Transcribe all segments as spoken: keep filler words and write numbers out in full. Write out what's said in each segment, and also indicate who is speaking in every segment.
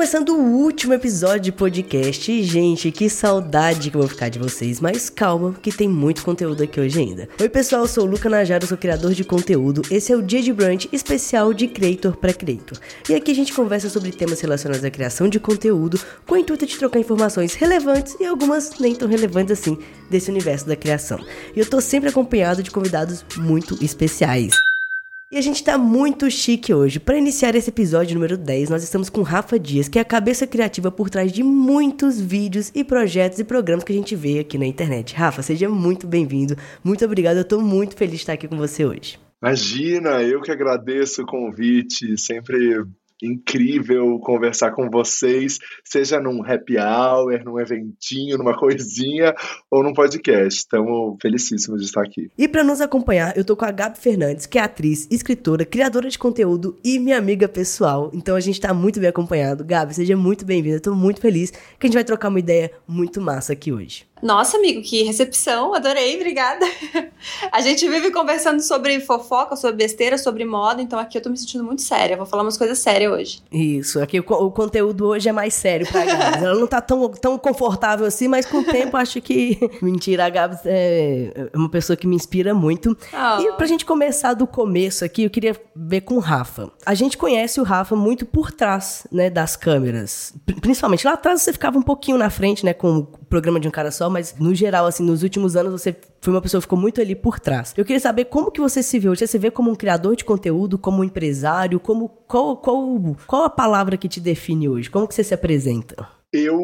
Speaker 1: começando o último episódio de podcast e, gente, que saudade que eu vou ficar de vocês, mas calma, que tem muito conteúdo aqui hoje ainda. Oi pessoal, eu sou o Luca Najaro, sou criador de conteúdo, esse é o Dia de Brunch especial de Creator para Creator. E aqui a gente conversa sobre temas relacionados à criação de conteúdo, com o intuito de trocar informações relevantes e algumas nem tão relevantes assim, desse universo da criação. E eu tô sempre acompanhado de convidados muito especiais. E a gente tá muito chique hoje. Para iniciar esse episódio número dez, nós estamos com Rafa Dias, que é a cabeça criativa por trás de muitos vídeos e projetos e programas que a gente vê aqui na internet. Rafa, seja muito bem-vindo. Muito obrigado, eu tô muito feliz de estar aqui com você hoje.
Speaker 2: Imagina, eu que agradeço o convite, sempre incrível conversar com vocês, seja num happy hour, num eventinho, numa coisinha ou num podcast. Estamos felicíssimos de estar aqui.
Speaker 1: E para nos acompanhar, eu tô com a Gabi Fernandes, que é atriz, escritora, criadora de conteúdo e minha amiga pessoal. Então a gente tá muito bem acompanhado. Gabi, seja muito bem-vinda. Eu tô muito feliz que a gente vai trocar uma ideia muito massa aqui hoje.
Speaker 3: Nossa, amigo, que recepção, adorei, obrigada. A gente vive conversando sobre fofoca, sobre besteira, sobre moda, então aqui eu tô me sentindo muito séria, vou falar umas coisas sérias hoje.
Speaker 1: Isso, aqui o, o conteúdo hoje é mais sério pra Gabs. Ela não tá tão, tão confortável assim, mas com o tempo acho que... Mentira, a Gabs é uma pessoa que me inspira muito. Oh. E pra gente começar do começo aqui, eu queria ver com o Rafa. A gente conhece o Rafa muito por trás, né, das câmeras. Principalmente lá atrás você ficava um pouquinho na frente, né, com o programa de um cara só, mas no geral, assim, nos últimos anos você foi uma pessoa que ficou muito ali por trás. Eu queria saber como que você se vê hoje. Você se vê como um criador de conteúdo, como um empresário, como, qual, qual, qual a palavra que te define hoje? Como que você se apresenta?
Speaker 2: Eu,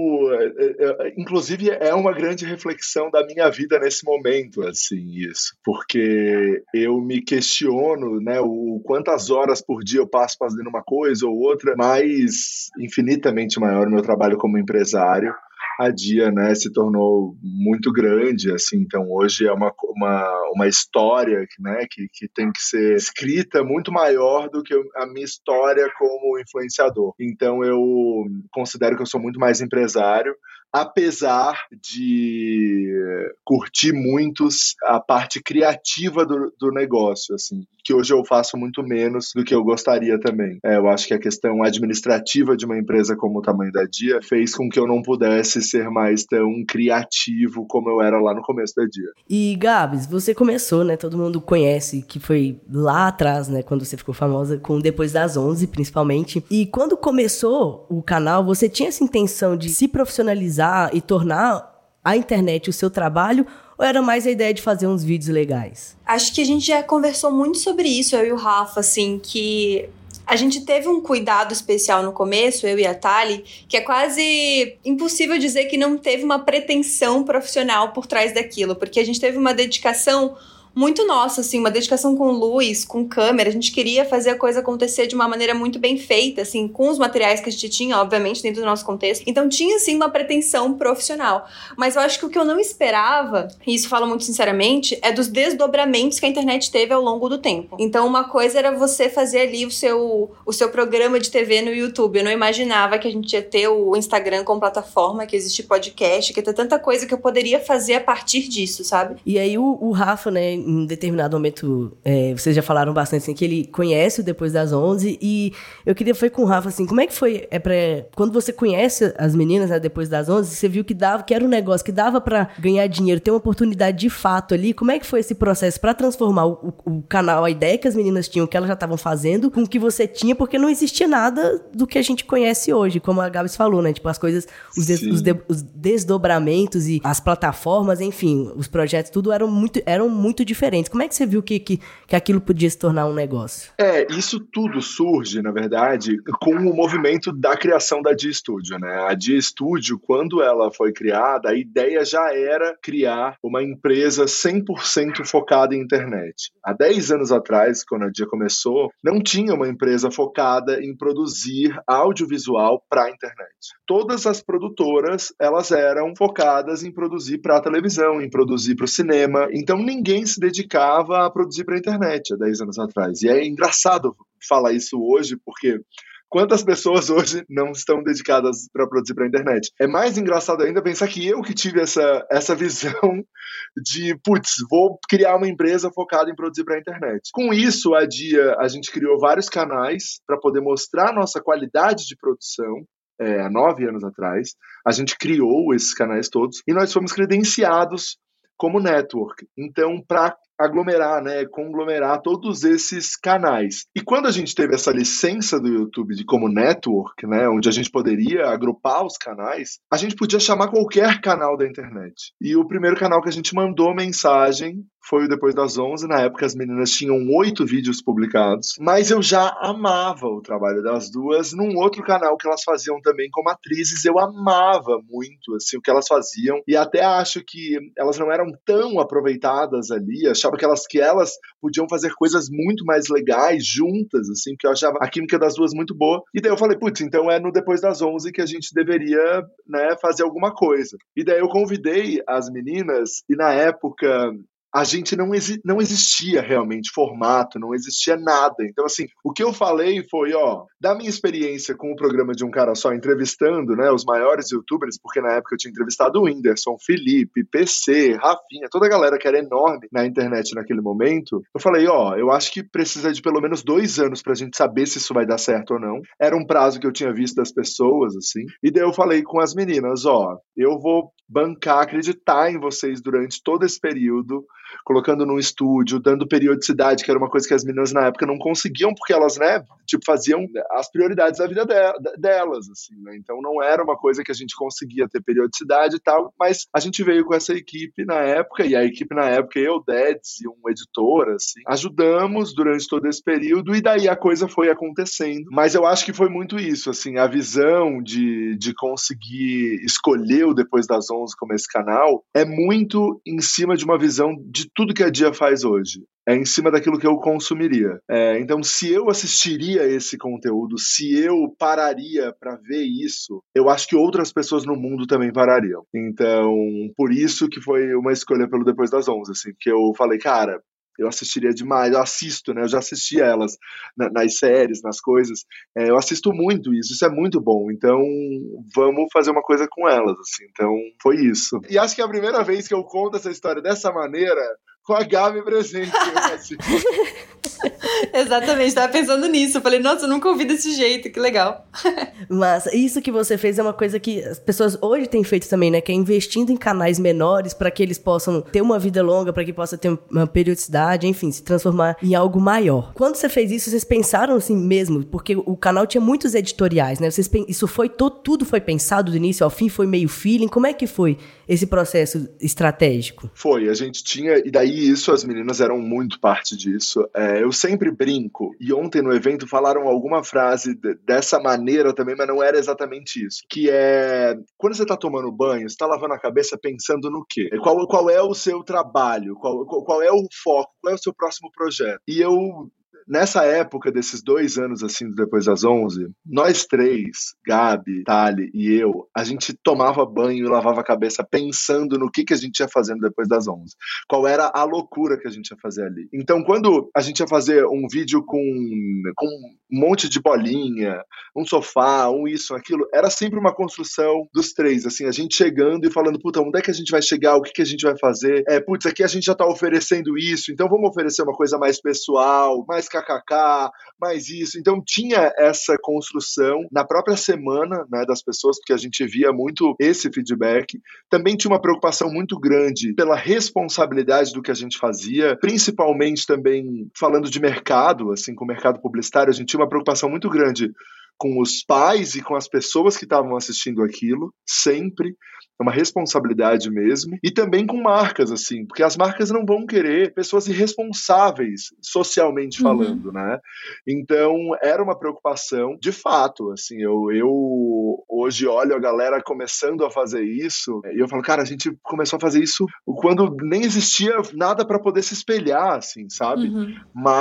Speaker 2: inclusive, é uma grande reflexão da minha vida nesse momento, assim, isso, porque eu me questiono, né, o quantas horas por dia eu passo fazendo uma coisa ou outra, mas infinitamente maior o meu trabalho como empresário. A Dia, né, se tornou muito grande, assim, então hoje é uma, uma, uma história, né, que, que tem que ser escrita muito maior do que a minha história como influenciador. Então eu considero que eu sou muito mais empresário, apesar de curtir muito a parte criativa do, do negócio, assim, que hoje eu faço muito menos do que eu gostaria também. É, eu acho que a questão administrativa de uma empresa como o tamanho da Dia fez com que eu não pudesse ser mais tão criativo como eu era lá no começo da Dia.
Speaker 1: E, Gabs, você começou, né, todo mundo conhece, que foi lá atrás, né, quando você ficou famosa, com Depois das onze, principalmente. E quando começou o canal, você tinha essa intenção de se profissionalizar e tornar a internet o seu trabalho, ou era mais a ideia de fazer uns vídeos legais?
Speaker 3: Acho que a gente já conversou muito sobre isso, eu e o Rafa, assim, que a gente teve um cuidado especial no começo, eu e a Thali, que é quase impossível dizer que não teve uma pretensão profissional por trás daquilo, porque a gente teve uma dedicação muito nossa, assim, uma dedicação com luz, com câmera. A gente queria fazer a coisa acontecer de uma maneira muito bem feita, assim, com os materiais que a gente tinha, obviamente, dentro do nosso contexto. Então tinha, sim, uma pretensão profissional. Mas eu acho que o que eu não esperava, e isso falo muito sinceramente, é dos desdobramentos que a internet teve ao longo do tempo. Então uma coisa era você fazer ali o seu, o seu programa de T V no YouTube. Eu não imaginava que a gente ia ter o Instagram como plataforma, que existe podcast, que ia ter tanta coisa que eu poderia fazer a partir disso, sabe?
Speaker 1: E aí o, o Rafa, né, em determinado momento, é, vocês já falaram bastante, assim, que ele conhece o Depois das onze, e eu queria foi com o Rafa, assim, como é que foi, é pra, quando você conhece as meninas, né, Depois das onze, você viu que dava, que era um negócio que dava pra ganhar dinheiro, ter uma oportunidade de fato ali, como é que foi esse processo pra transformar o, o, o canal, a ideia que as meninas tinham, que elas já estavam fazendo, com o que você tinha, porque não existia nada do que a gente conhece hoje, como a Gabs falou, né, tipo, as coisas, os, des, os, de, os desdobramentos e as plataformas, enfim, os projetos, tudo eram muito, eram muito diferentes. Diferentes. Como é que você viu que, que, que aquilo podia se tornar um negócio?
Speaker 2: É, isso tudo surge, na verdade, com o movimento da criação da Dia Studio, né? A Dia Studio, quando ela foi criada, a ideia já era criar uma empresa cem por cento focada em internet. Há dez anos atrás, quando a Dia começou, não tinha uma empresa focada em produzir audiovisual para a internet. Todas as produtoras, elas eram focadas em produzir para a televisão, em produzir para o cinema, então ninguém se dedicava a produzir para a internet há dez anos atrás. E é engraçado falar isso hoje, porque quantas pessoas hoje não estão dedicadas para produzir para a internet? É mais engraçado ainda pensar que eu que tive essa, essa visão de, putz, vou criar uma empresa focada em produzir para a internet. Com isso, a Dia, a gente criou vários canais para poder mostrar a nossa qualidade de produção, é, há nove anos atrás, a gente criou esses canais todos e nós fomos credenciados como network. Então, para aglomerar, né, conglomerar todos esses canais. E quando a gente teve essa licença do YouTube de como network, né, onde a gente poderia agrupar os canais, a gente podia chamar qualquer canal da internet. E o primeiro canal que a gente mandou mensagem foi o Depois das onze. Na época as meninas tinham oito vídeos publicados, mas eu já amava o trabalho das duas num outro canal que elas faziam também como atrizes. Eu amava muito assim, o que elas faziam e até acho que elas não eram tão aproveitadas ali, achava que elas, que elas podiam fazer coisas muito mais legais juntas, assim, porque eu achava a química das duas muito boa. E daí eu falei, putz, então é no Depois das onze que a gente deveria, né, fazer alguma coisa. E daí eu convidei as meninas e na época a gente não, exi- não existia realmente formato, não existia nada. Então, assim, o que eu falei foi, ó, da minha experiência com o programa de um cara só, entrevistando, né, os maiores youtubers, porque na época eu tinha entrevistado o Whindersson, Felipe, P C, Rafinha, toda a galera que era enorme na internet naquele momento, eu falei, ó, eu acho que precisa de pelo menos dois anos pra gente saber se isso vai dar certo ou não. Era um prazo que eu tinha visto das pessoas, assim, e daí eu falei com as meninas, ó, eu vou bancar, acreditar em vocês durante todo esse período, colocando num estúdio, dando periodicidade, que era uma coisa que as meninas na época não conseguiam, porque elas, né, tipo, faziam as prioridades da vida de- delas, assim, né, então não era uma coisa que a gente conseguia ter periodicidade e tal, mas a gente veio com essa equipe na época, e a equipe na época, eu, Deds e um editor, assim, ajudamos durante todo esse período, e daí a coisa foi acontecendo, mas eu acho que foi muito isso, assim, a visão de, de conseguir escolher o Depois das onze como esse canal, é muito em cima de uma visão de tudo que a Dia faz hoje. É em cima daquilo que eu consumiria. É, então, se eu assistiria esse conteúdo, se eu pararia para ver isso, eu acho que outras pessoas no mundo também parariam. Então, por isso que foi uma escolha pelo Depois das onze, assim, que eu falei, cara, eu assistiria demais, eu assisto, né, eu já assisti elas na, nas séries, nas coisas, é, eu assisto muito isso, isso é muito bom, então vamos fazer uma coisa com elas, assim, então foi isso. E acho que é a primeira vez que eu conto essa história dessa maneira, com a Gabi presente. Assim.
Speaker 3: Exatamente, tava pensando nisso. Eu falei, nossa, eu nunca ouvi desse jeito, que legal.
Speaker 1: Mas isso que você fez é uma coisa que as pessoas hoje têm feito também, né? Que é investindo em canais menores para que eles possam ter uma vida longa, para que possa ter uma periodicidade, enfim, se transformar em algo maior. Quando você fez isso, vocês pensaram assim mesmo? Porque o canal tinha muitos editoriais, né? Vocês, isso foi, todo, tudo foi pensado do início ao fim? Foi meio feeling? Como é que foi esse processo estratégico?
Speaker 2: Foi, a gente tinha, e daí isso, as meninas eram muito parte disso. É, eu sempre brinco, e ontem no evento falaram alguma frase de, dessa maneira também, mas não era exatamente isso, que é, quando você tá tomando banho, você tá lavando a cabeça pensando no quê? Qual, qual é o seu trabalho? Qual, qual, qual é o foco? Qual é o seu próximo projeto? E eu... Nessa época desses dois anos, assim, Depois das onze, nós três, Gabi, Thali e eu, a gente tomava banho e lavava a cabeça pensando no que, que a gente ia fazendo depois das onze. Qual era a loucura que a gente ia fazer ali. Então, quando a gente ia fazer um vídeo com, com um monte de bolinha, um sofá, um isso, aquilo, era sempre uma construção dos três, assim, a gente chegando e falando, puta, onde é que a gente vai chegar? O que, que a gente vai fazer? É, putz, aqui a gente já tá oferecendo isso, então vamos oferecer uma coisa mais pessoal, mais kkk, mais isso. Então tinha essa construção na própria semana, né, das pessoas, porque a gente via muito esse feedback. Também tinha uma preocupação muito grande pela responsabilidade do que a gente fazia, principalmente também falando de mercado, assim, com o mercado publicitário, a gente tinha uma preocupação muito grande com os pais e com as pessoas que estavam assistindo aquilo, sempre. É uma responsabilidade mesmo. E também com marcas, assim, porque as marcas não vão querer pessoas irresponsáveis, socialmente falando, uhum. né? Então, era uma preocupação, de fato, assim, eu, eu hoje olho a galera começando a fazer isso, e eu falo, cara, a gente começou a fazer isso quando nem existia nada para poder se espelhar, assim, sabe? Uhum.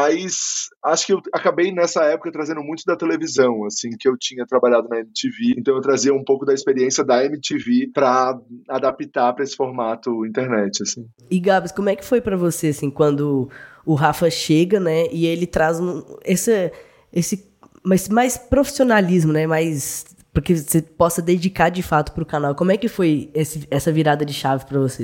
Speaker 2: Mas acho que eu acabei nessa época trazendo muito da televisão, assim, que eu tinha trabalhado na M T V, então eu trazia um pouco da experiência da M T V para adaptar para esse formato internet, assim.
Speaker 1: E Gabs, como é que foi para você, assim, quando o Rafa chega, né, e ele traz um, esse, esse mais, mais profissionalismo, né, mais porque você possa dedicar de fato pro canal. Como é que foi esse, essa virada de chave para vocês?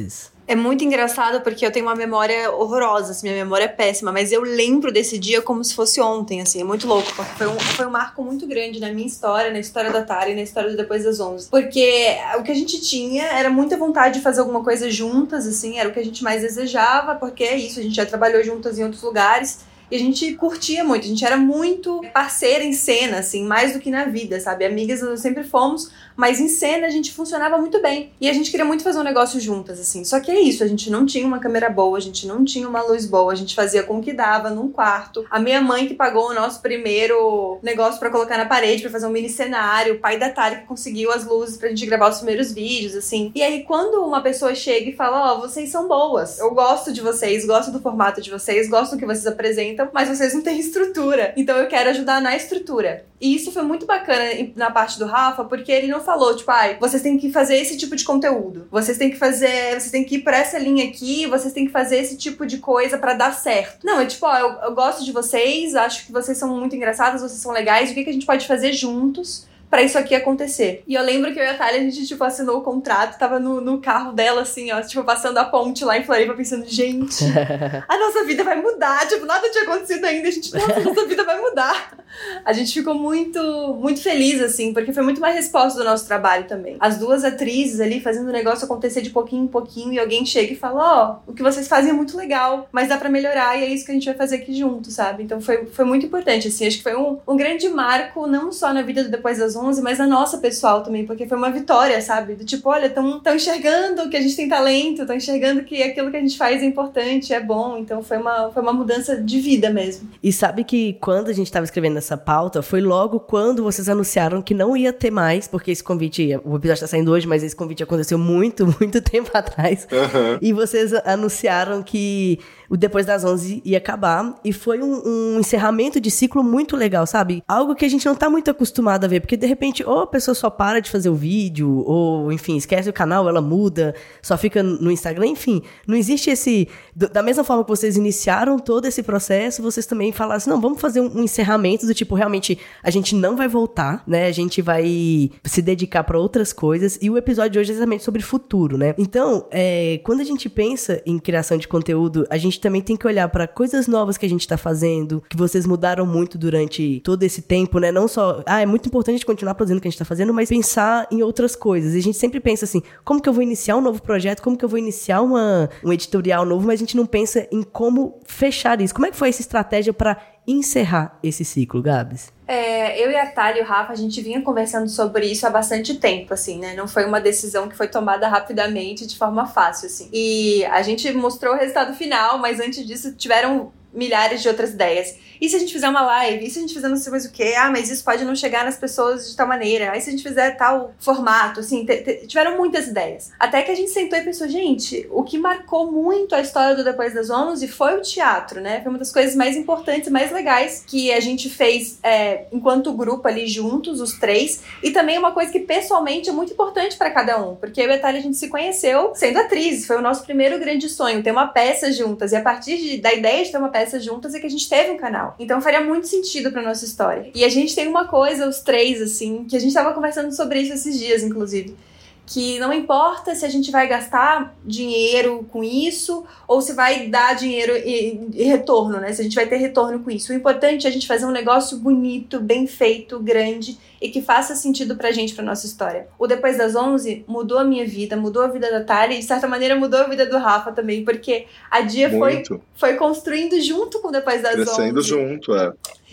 Speaker 3: É muito engraçado porque eu tenho uma memória horrorosa, assim, minha memória é péssima, mas eu lembro desse dia como se fosse ontem, assim, é muito louco, porque foi um, foi um marco muito grande na minha história, na história da Thalia e na história do Depois das onze. Porque o que a gente tinha era muita vontade de fazer alguma coisa juntas, assim, era o que a gente mais desejava, porque é isso, a gente já trabalhou juntas em outros lugares, e a gente curtia muito, a gente era muito parceira em cena, assim, mais do que na vida, sabe? Amigas nós sempre fomos, mas em cena a gente funcionava muito bem. E a gente queria muito fazer um negócio juntas, assim. Só que é isso, a gente não tinha uma câmera boa, a gente não tinha uma luz boa, a gente fazia com o que dava, num quarto. A minha mãe que pagou o nosso primeiro negócio pra colocar na parede, pra fazer um mini cenário, o pai da Thalia que conseguiu as luzes pra gente gravar os primeiros vídeos, assim. E aí quando uma pessoa chega e fala, ó, oh, vocês são boas, eu gosto de vocês, gosto do formato de vocês, gosto do que vocês apresentam, mas vocês não têm estrutura, então eu quero ajudar na estrutura. E isso foi muito bacana na parte do Rafa, porque ele não falou, tipo, ai, vocês têm que fazer esse tipo de conteúdo, vocês têm que fazer, vocês têm que ir por essa linha aqui, vocês têm que fazer esse tipo de coisa pra dar certo. Não, é tipo, ó, eu, eu gosto de vocês, acho que vocês são muito engraçados, vocês são legais, o que, que a gente pode fazer juntos pra isso aqui acontecer. E eu lembro que eu e a Thalia, a gente, tipo, assinou o contrato, tava no, no carro dela, assim, ó, tipo, passando a ponte lá em Floripa, pensando, gente, a nossa vida vai mudar, tipo, nada tinha acontecido ainda, a gente, nossa, a nossa vida vai mudar. A gente ficou muito, muito feliz, assim, porque foi muito uma resposta do nosso trabalho também. As duas atrizes ali fazendo o negócio acontecer de pouquinho em pouquinho, e alguém chega e fala, ó, oh, o que vocês fazem é muito legal, mas dá pra melhorar, e é isso que a gente vai fazer aqui junto, sabe? Então foi, foi muito importante, assim, acho que foi um, um grande marco, não só na vida do Depois das onze, mas na nossa pessoal também, porque foi uma vitória, sabe? Do tipo, olha, estão enxergando que a gente tem talento, estão enxergando que aquilo que a gente faz é importante, é bom, então foi uma, foi uma mudança de vida mesmo.
Speaker 1: E sabe que quando a gente tava escrevendo essa pauta, foi logo quando vocês anunciaram que não ia ter mais, porque esse convite, o episódio tá saindo hoje, mas esse convite aconteceu muito, muito tempo atrás, uhum. E vocês anunciaram que o Depois das onze ia acabar, e foi um, um encerramento de ciclo muito legal, sabe? Algo que a gente não tá muito acostumado a ver, porque de repente ou a pessoa só para de fazer o vídeo, ou enfim, esquece o canal, ela muda, só fica no Instagram, enfim, não existe esse... Da mesma forma que vocês iniciaram todo esse processo, vocês também falaram assim, não, vamos fazer um, um encerramento do tipo, realmente, a gente não vai voltar, né? A gente vai se dedicar pra outras coisas, e o episódio de hoje é exatamente sobre futuro, né? Então, é, quando a gente pensa em criação de conteúdo, a gente também tem que olhar para coisas novas que a gente tá fazendo, que vocês mudaram muito durante todo esse tempo, né? Não só, ah, é muito importante a gente continuar produzindo o que a gente tá fazendo, mas pensar em outras coisas. E a gente sempre pensa assim, como que eu vou iniciar um novo projeto, como que eu vou iniciar uma, um editorial novo, mas a gente não pensa em como fechar isso. Como é que foi essa estratégia para encerrar esse ciclo, Gabs?
Speaker 3: É, eu e a Thalia e o Rafa, a gente vinha conversando sobre isso há bastante tempo, assim, né? Não foi uma decisão que foi tomada rapidamente, de forma fácil, assim. E a gente mostrou o resultado final, mas antes disso tiveram milhares de outras ideias. E se a gente fizer uma live? E se a gente fizer não sei mais o quê? Ah, mas isso pode não chegar nas pessoas de tal maneira. Aí se a gente fizer tal formato, assim, te, te, tiveram muitas ideias. Até que a gente sentou e pensou, gente, o que marcou muito a história do Depois das onze foi o teatro, né? Foi uma das coisas mais importantes e mais legais que a gente fez é, enquanto grupo ali juntos, os três. E também uma coisa que pessoalmente é muito importante pra cada um. Porque eu e a Thalia, a gente se conheceu sendo atrizes. Foi o nosso primeiro grande sonho, ter uma peça juntas. E a partir de, da ideia de ter uma peça juntas é que a gente teve um canal. Então faria muito sentido pra nossa história. E a gente tem uma coisa, os três, assim, que a gente tava conversando sobre isso esses dias, inclusive, que não importa se a gente vai gastar dinheiro com isso ou se vai dar dinheiro e, e retorno, né? Se a gente vai ter retorno com isso. O importante é a gente fazer um negócio bonito, bem feito, grande e que faça sentido pra gente, pra nossa história. O Depois das onze mudou a minha vida, mudou a vida da Thalia e, de certa maneira, mudou a vida do Rafa também, porque a Dia foi, foi construindo junto com o Depois das onze.
Speaker 2: Crescendo junto, é.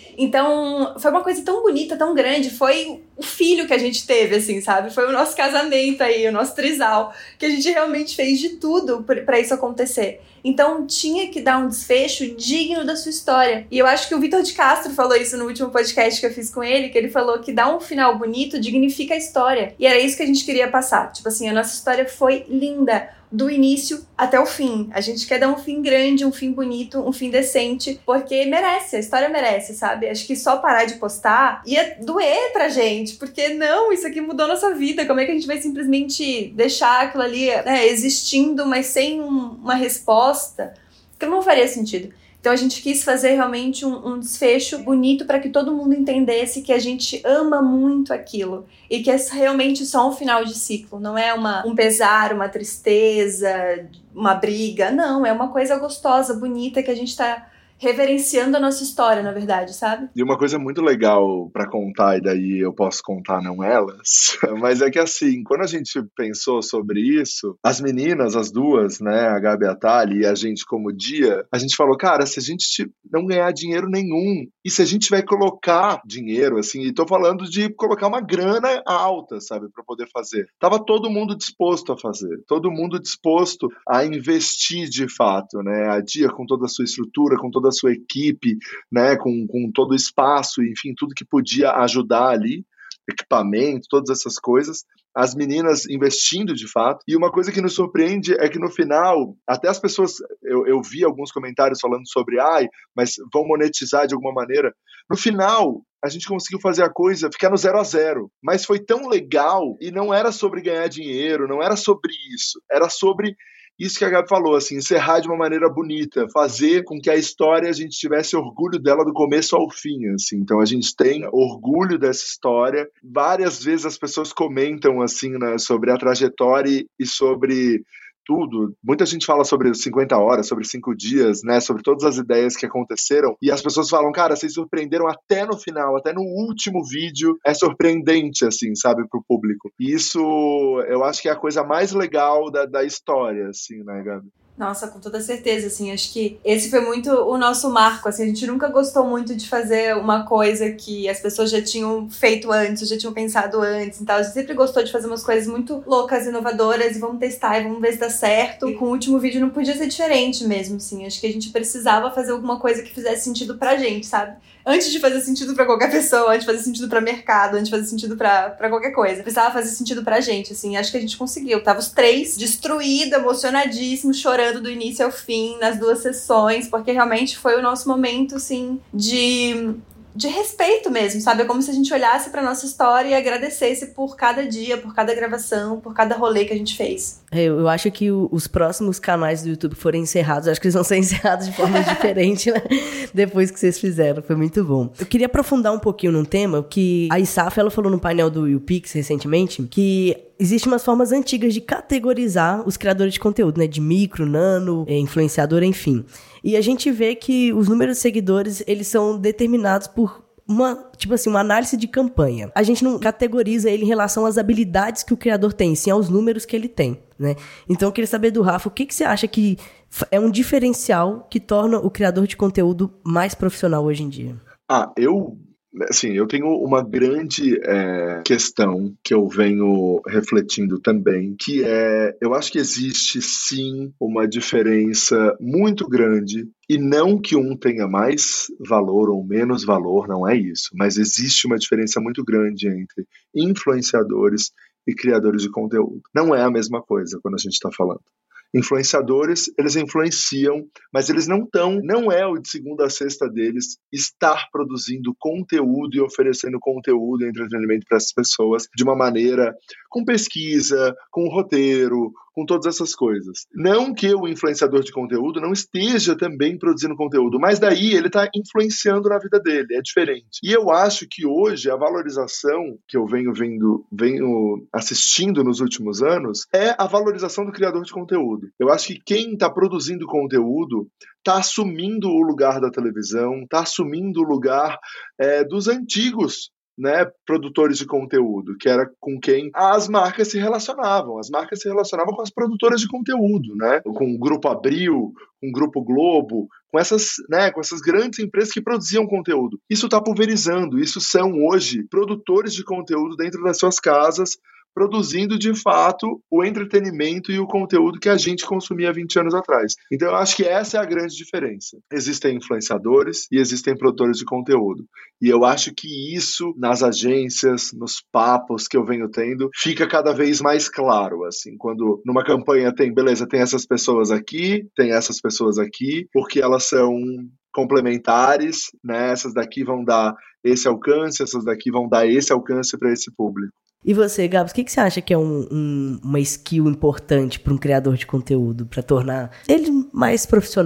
Speaker 3: Então, foi uma coisa tão bonita, tão grande, foi o filho que a gente teve, assim, sabe? Foi o nosso casamento aí, o nosso trisal, que a gente realmente fez de tudo pra isso acontecer. Então, tinha que dar um desfecho digno da sua história. E eu acho que o Vitor de Castro falou isso no último podcast que eu fiz com ele, que ele falou que dar um final bonito dignifica a história. E era isso que a gente queria passar. Tipo assim, a nossa história foi linda, do início até o fim. A gente quer dar um fim grande, um fim bonito, um fim decente, porque merece, a história merece, sabe? Acho que só parar de postar ia doer pra gente, porque não, isso aqui mudou nossa vida, como é que a gente vai simplesmente deixar aquilo ali, né, existindo, mas sem um, uma resposta? Que não faria sentido. Então a gente quis fazer realmente um, um desfecho bonito para que todo mundo entendesse que a gente ama muito aquilo e que é realmente só um final de ciclo, não é uma, um pesar, uma tristeza, uma briga, não, é uma coisa gostosa, bonita, que a gente tá reverenciando a nossa história, na verdade, sabe?
Speaker 2: E uma coisa muito legal pra contar, e daí eu posso contar, não elas, mas é que assim, quando a gente pensou sobre isso, as meninas, as duas, né, a Gabi e a Thali, e a gente como Dia, a gente falou, cara, se a gente não ganhar dinheiro nenhum, e se a gente vai colocar dinheiro, assim, e tô falando de colocar uma grana alta, sabe, pra poder fazer. Tava todo mundo disposto a fazer, todo mundo disposto a investir de fato, né, a Dia com toda a sua estrutura, com toda da sua equipe, né, com, com todo o espaço, enfim, tudo que podia ajudar ali, equipamento, todas essas coisas, as meninas investindo de fato, e uma coisa que nos surpreende é que no final, até as pessoas, eu, eu vi alguns comentários falando sobre, ai, mas vão monetizar de alguma maneira, no final, a gente conseguiu fazer a coisa ficar no zero a zero, mas foi tão legal, e não era sobre ganhar dinheiro, não era sobre isso, era sobre isso que a Gabi falou, assim, encerrar de uma maneira bonita, fazer com que a história a gente tivesse orgulho dela do começo ao fim, assim. Então a gente tem orgulho dessa história. Várias vezes as pessoas comentam, assim, né, sobre a trajetória e sobre tudo. Muita gente fala sobre cinquenta horas, sobre cinco dias, né, sobre todas as ideias que aconteceram, e as pessoas falam, cara, vocês surpreenderam até no final, até no último vídeo, é surpreendente, assim, sabe, pro público. E isso, eu acho que é a coisa mais legal da, da história, assim, né, Gabi?
Speaker 3: Nossa, com toda certeza, assim, acho que esse foi muito o nosso marco, assim, a gente nunca gostou muito de fazer uma coisa que as pessoas já tinham feito antes, já tinham pensado antes, então a gente sempre gostou de fazer umas coisas muito loucas, inovadoras, e vamos testar, e vamos ver se dá certo, e com o último vídeo não podia ser diferente mesmo, assim, acho que a gente precisava fazer alguma coisa que fizesse sentido pra gente, sabe? Antes de fazer sentido pra qualquer pessoa, antes de fazer sentido pra mercado, antes de fazer sentido pra, pra qualquer coisa. Precisava fazer sentido pra gente, assim, acho que a gente conseguiu. Tava os três destruídos, emocionadíssimos, chorando do início ao fim, nas duas sessões, porque realmente foi o nosso momento, assim, de... de respeito mesmo, sabe? É como se a gente olhasse pra nossa história e agradecesse por cada dia, por cada gravação, por cada rolê que a gente fez.
Speaker 1: Eu, eu acho que o, os próximos canais do YouTube que forem encerrados, eu acho que eles vão ser encerrados de forma diferente, né? Depois que vocês fizeram, foi muito bom. Eu queria aprofundar um pouquinho num tema que a Isaf, ela falou no painel do YouPix recentemente, que existem umas formas antigas de categorizar os criadores de conteúdo, né? De micro, nano, influenciador, enfim. E a gente vê que os números de seguidores, eles são determinados por uma, tipo assim, uma análise de campanha. A gente não categoriza ele em relação às habilidades que o criador tem, sim aos números que ele tem, né? Então eu queria saber do Rafa, o que, que você acha que é um diferencial que torna o criador de conteúdo mais profissional hoje em dia?
Speaker 2: Ah, eu... Assim, eu tenho uma grande é, questão que eu venho refletindo também, que é, eu acho que existe sim uma diferença muito grande, e não que um tenha mais valor ou menos valor, não é isso, mas existe uma diferença muito grande entre influenciadores e criadores de conteúdo. Não é a mesma coisa quando a gente está falando. Influenciadores, eles influenciam, mas eles não estão, não é o de segunda a sexta deles estar produzindo conteúdo e oferecendo conteúdo e entretenimento para essas pessoas de uma maneira com pesquisa, com roteiro, com todas essas coisas. Não que o influenciador de conteúdo não esteja também produzindo conteúdo, mas daí ele está influenciando na vida dele, é diferente. E eu acho que hoje a valorização que eu venho vendo, venho assistindo nos últimos anos é a valorização do criador de conteúdo. Eu acho que quem está produzindo conteúdo está assumindo o lugar da televisão, está assumindo o lugar é, dos antigos, né, produtores de conteúdo, que era com quem as marcas se relacionavam. As marcas se relacionavam com as produtoras de conteúdo, né, com o Grupo Abril, com o Grupo Globo, com essas, né, com essas grandes empresas que produziam conteúdo. Isso está pulverizando. Isso são hoje produtores de conteúdo dentro das suas casas, produzindo de fato o entretenimento e o conteúdo que a gente consumia vinte anos atrás. Então eu acho que essa é a grande diferença. Existem influenciadores e existem produtores de conteúdo. E eu acho que isso, nas agências, nos papos que eu venho tendo, fica cada vez mais claro, assim, quando numa campanha tem, beleza, tem essas pessoas aqui, tem essas pessoas aqui, porque elas são complementares, né? Essas daqui vão dar esse alcance, essas daqui vão dar esse alcance para esse público.
Speaker 1: E você, Gabs, o que, que você acha que é um, um, uma skill importante para um criador de conteúdo, para tornar ele mais profissional?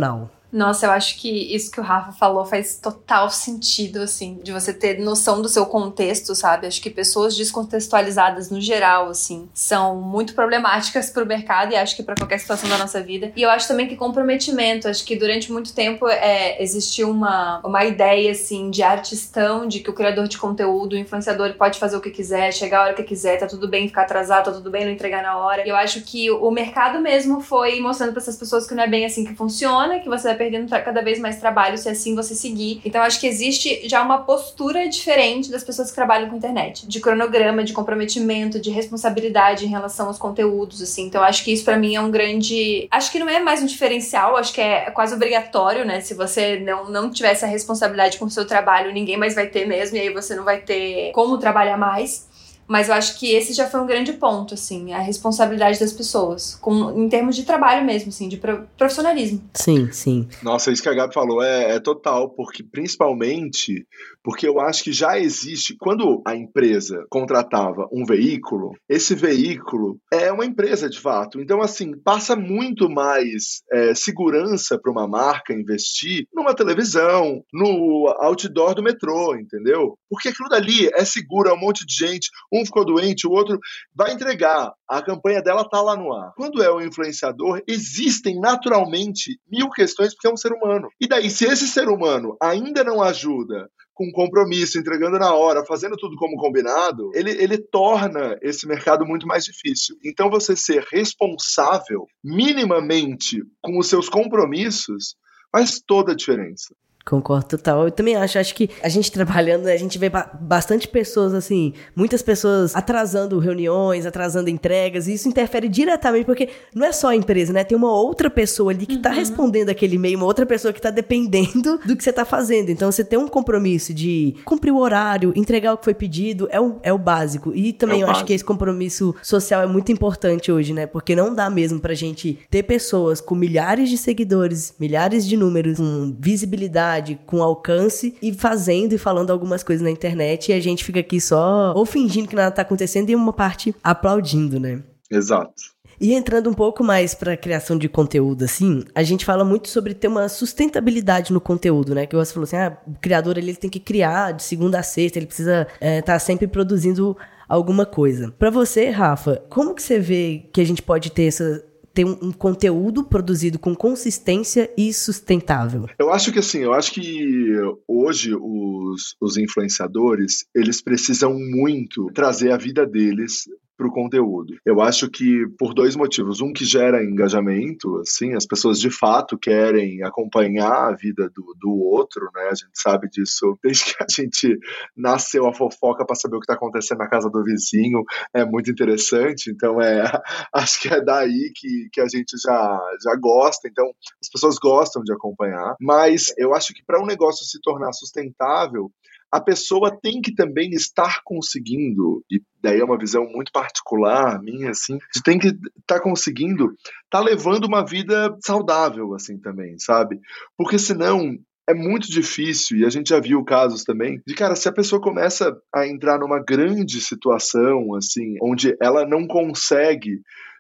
Speaker 3: Nossa, eu acho que isso que o Rafa falou faz total sentido, assim, de você ter noção do seu contexto, sabe? Acho que pessoas descontextualizadas no geral, assim, são muito problemáticas pro mercado e acho que pra qualquer situação da nossa vida. E eu acho também que comprometimento, acho que durante muito tempo é, existiu uma, uma ideia, assim, de artistão, de que o criador de conteúdo, o influenciador, pode fazer o que quiser, chegar a hora que quiser, tá tudo bem ficar atrasado, tá tudo bem não entregar na hora. E eu acho que o mercado mesmo foi mostrando pra essas pessoas que não é bem assim que funciona, que você vai perdendo cada vez mais trabalho se assim você seguir. Então acho que existe já uma postura diferente das pessoas que trabalham com internet, de cronograma, de comprometimento, de responsabilidade em relação aos conteúdos, assim. Então acho que isso pra mim é um grande... Acho que não é mais um diferencial, acho que é quase obrigatório, né? Se você não, não tiver essa responsabilidade com o seu trabalho, ninguém mais vai ter mesmo, e aí você não vai ter como trabalhar mais. Mas eu acho que esse já foi um grande ponto, assim, a responsabilidade das pessoas, com, em termos de trabalho mesmo, assim, de pro, profissionalismo.
Speaker 1: Sim, sim.
Speaker 2: Nossa, isso que a Gabi falou é, é total, porque principalmente porque eu acho que já existe, quando a empresa contratava um veículo, esse veículo é uma empresa de fato, então assim, passa muito mais é, segurança para uma marca investir numa televisão, no outdoor do metrô, entendeu? Porque aquilo dali é seguro, é um monte de gente, um ficou doente, o outro vai entregar, a campanha dela tá lá no ar. Quando é um influenciador, existem naturalmente mil questões porque é um ser humano. E daí, se esse ser humano ainda não ajuda com compromisso, entregando na hora, fazendo tudo como combinado, ele, ele torna esse mercado muito mais difícil. Então, você ser responsável minimamente com os seus compromissos faz toda a diferença.
Speaker 1: Concordo total. Eu também acho, acho que a gente trabalhando, a gente vê ba- bastante pessoas, assim, muitas pessoas atrasando reuniões, atrasando entregas, e isso interfere diretamente, porque não é só a empresa, né? Tem uma outra pessoa ali que uhum. tá respondendo aquele e-mail, uma outra pessoa que tá dependendo do que você tá fazendo. Então, você tem um compromisso de cumprir o horário, entregar o que foi pedido, é o, é o básico. E também é eu básico. Acho que esse compromisso social é muito importante hoje, né? Porque não dá mesmo pra gente ter pessoas com milhares de seguidores, milhares de números, com visibilidade, com alcance e fazendo e falando algumas coisas na internet e a gente fica aqui só ou fingindo que nada tá acontecendo e uma parte aplaudindo, né?
Speaker 2: Exato.
Speaker 1: E entrando um pouco mais pra criação de conteúdo, assim, a gente fala muito sobre ter uma sustentabilidade no conteúdo, né? Que você falou assim, ah, o criador ele tem que criar de segunda a sexta, ele precisa é, tá sempre produzindo alguma coisa. Pra você, Rafa, como que você vê que a gente pode ter essa... ter um, um conteúdo produzido com consistência e sustentável?
Speaker 2: Eu acho que assim, eu acho que hoje os, os influenciadores, eles precisam muito trazer a vida deles para o conteúdo. Eu acho que por dois motivos. Um que gera engajamento, assim, as pessoas de fato querem acompanhar a vida do, do outro, né? A gente sabe disso desde que a gente nasceu a fofoca para saber o que está acontecendo na casa do vizinho, é muito interessante. Então, é, acho que é daí que, que a gente já, já gosta. Então, as pessoas gostam de acompanhar. Mas eu acho que para um negócio se tornar sustentável, a pessoa tem que também estar conseguindo, e daí é uma visão muito particular minha, assim, de tem que estar tá conseguindo, tá levando uma vida saudável, assim, também, sabe? Porque senão é muito difícil, e a gente já viu casos também, de, cara, se a pessoa começa a entrar numa grande situação, assim, onde ela não consegue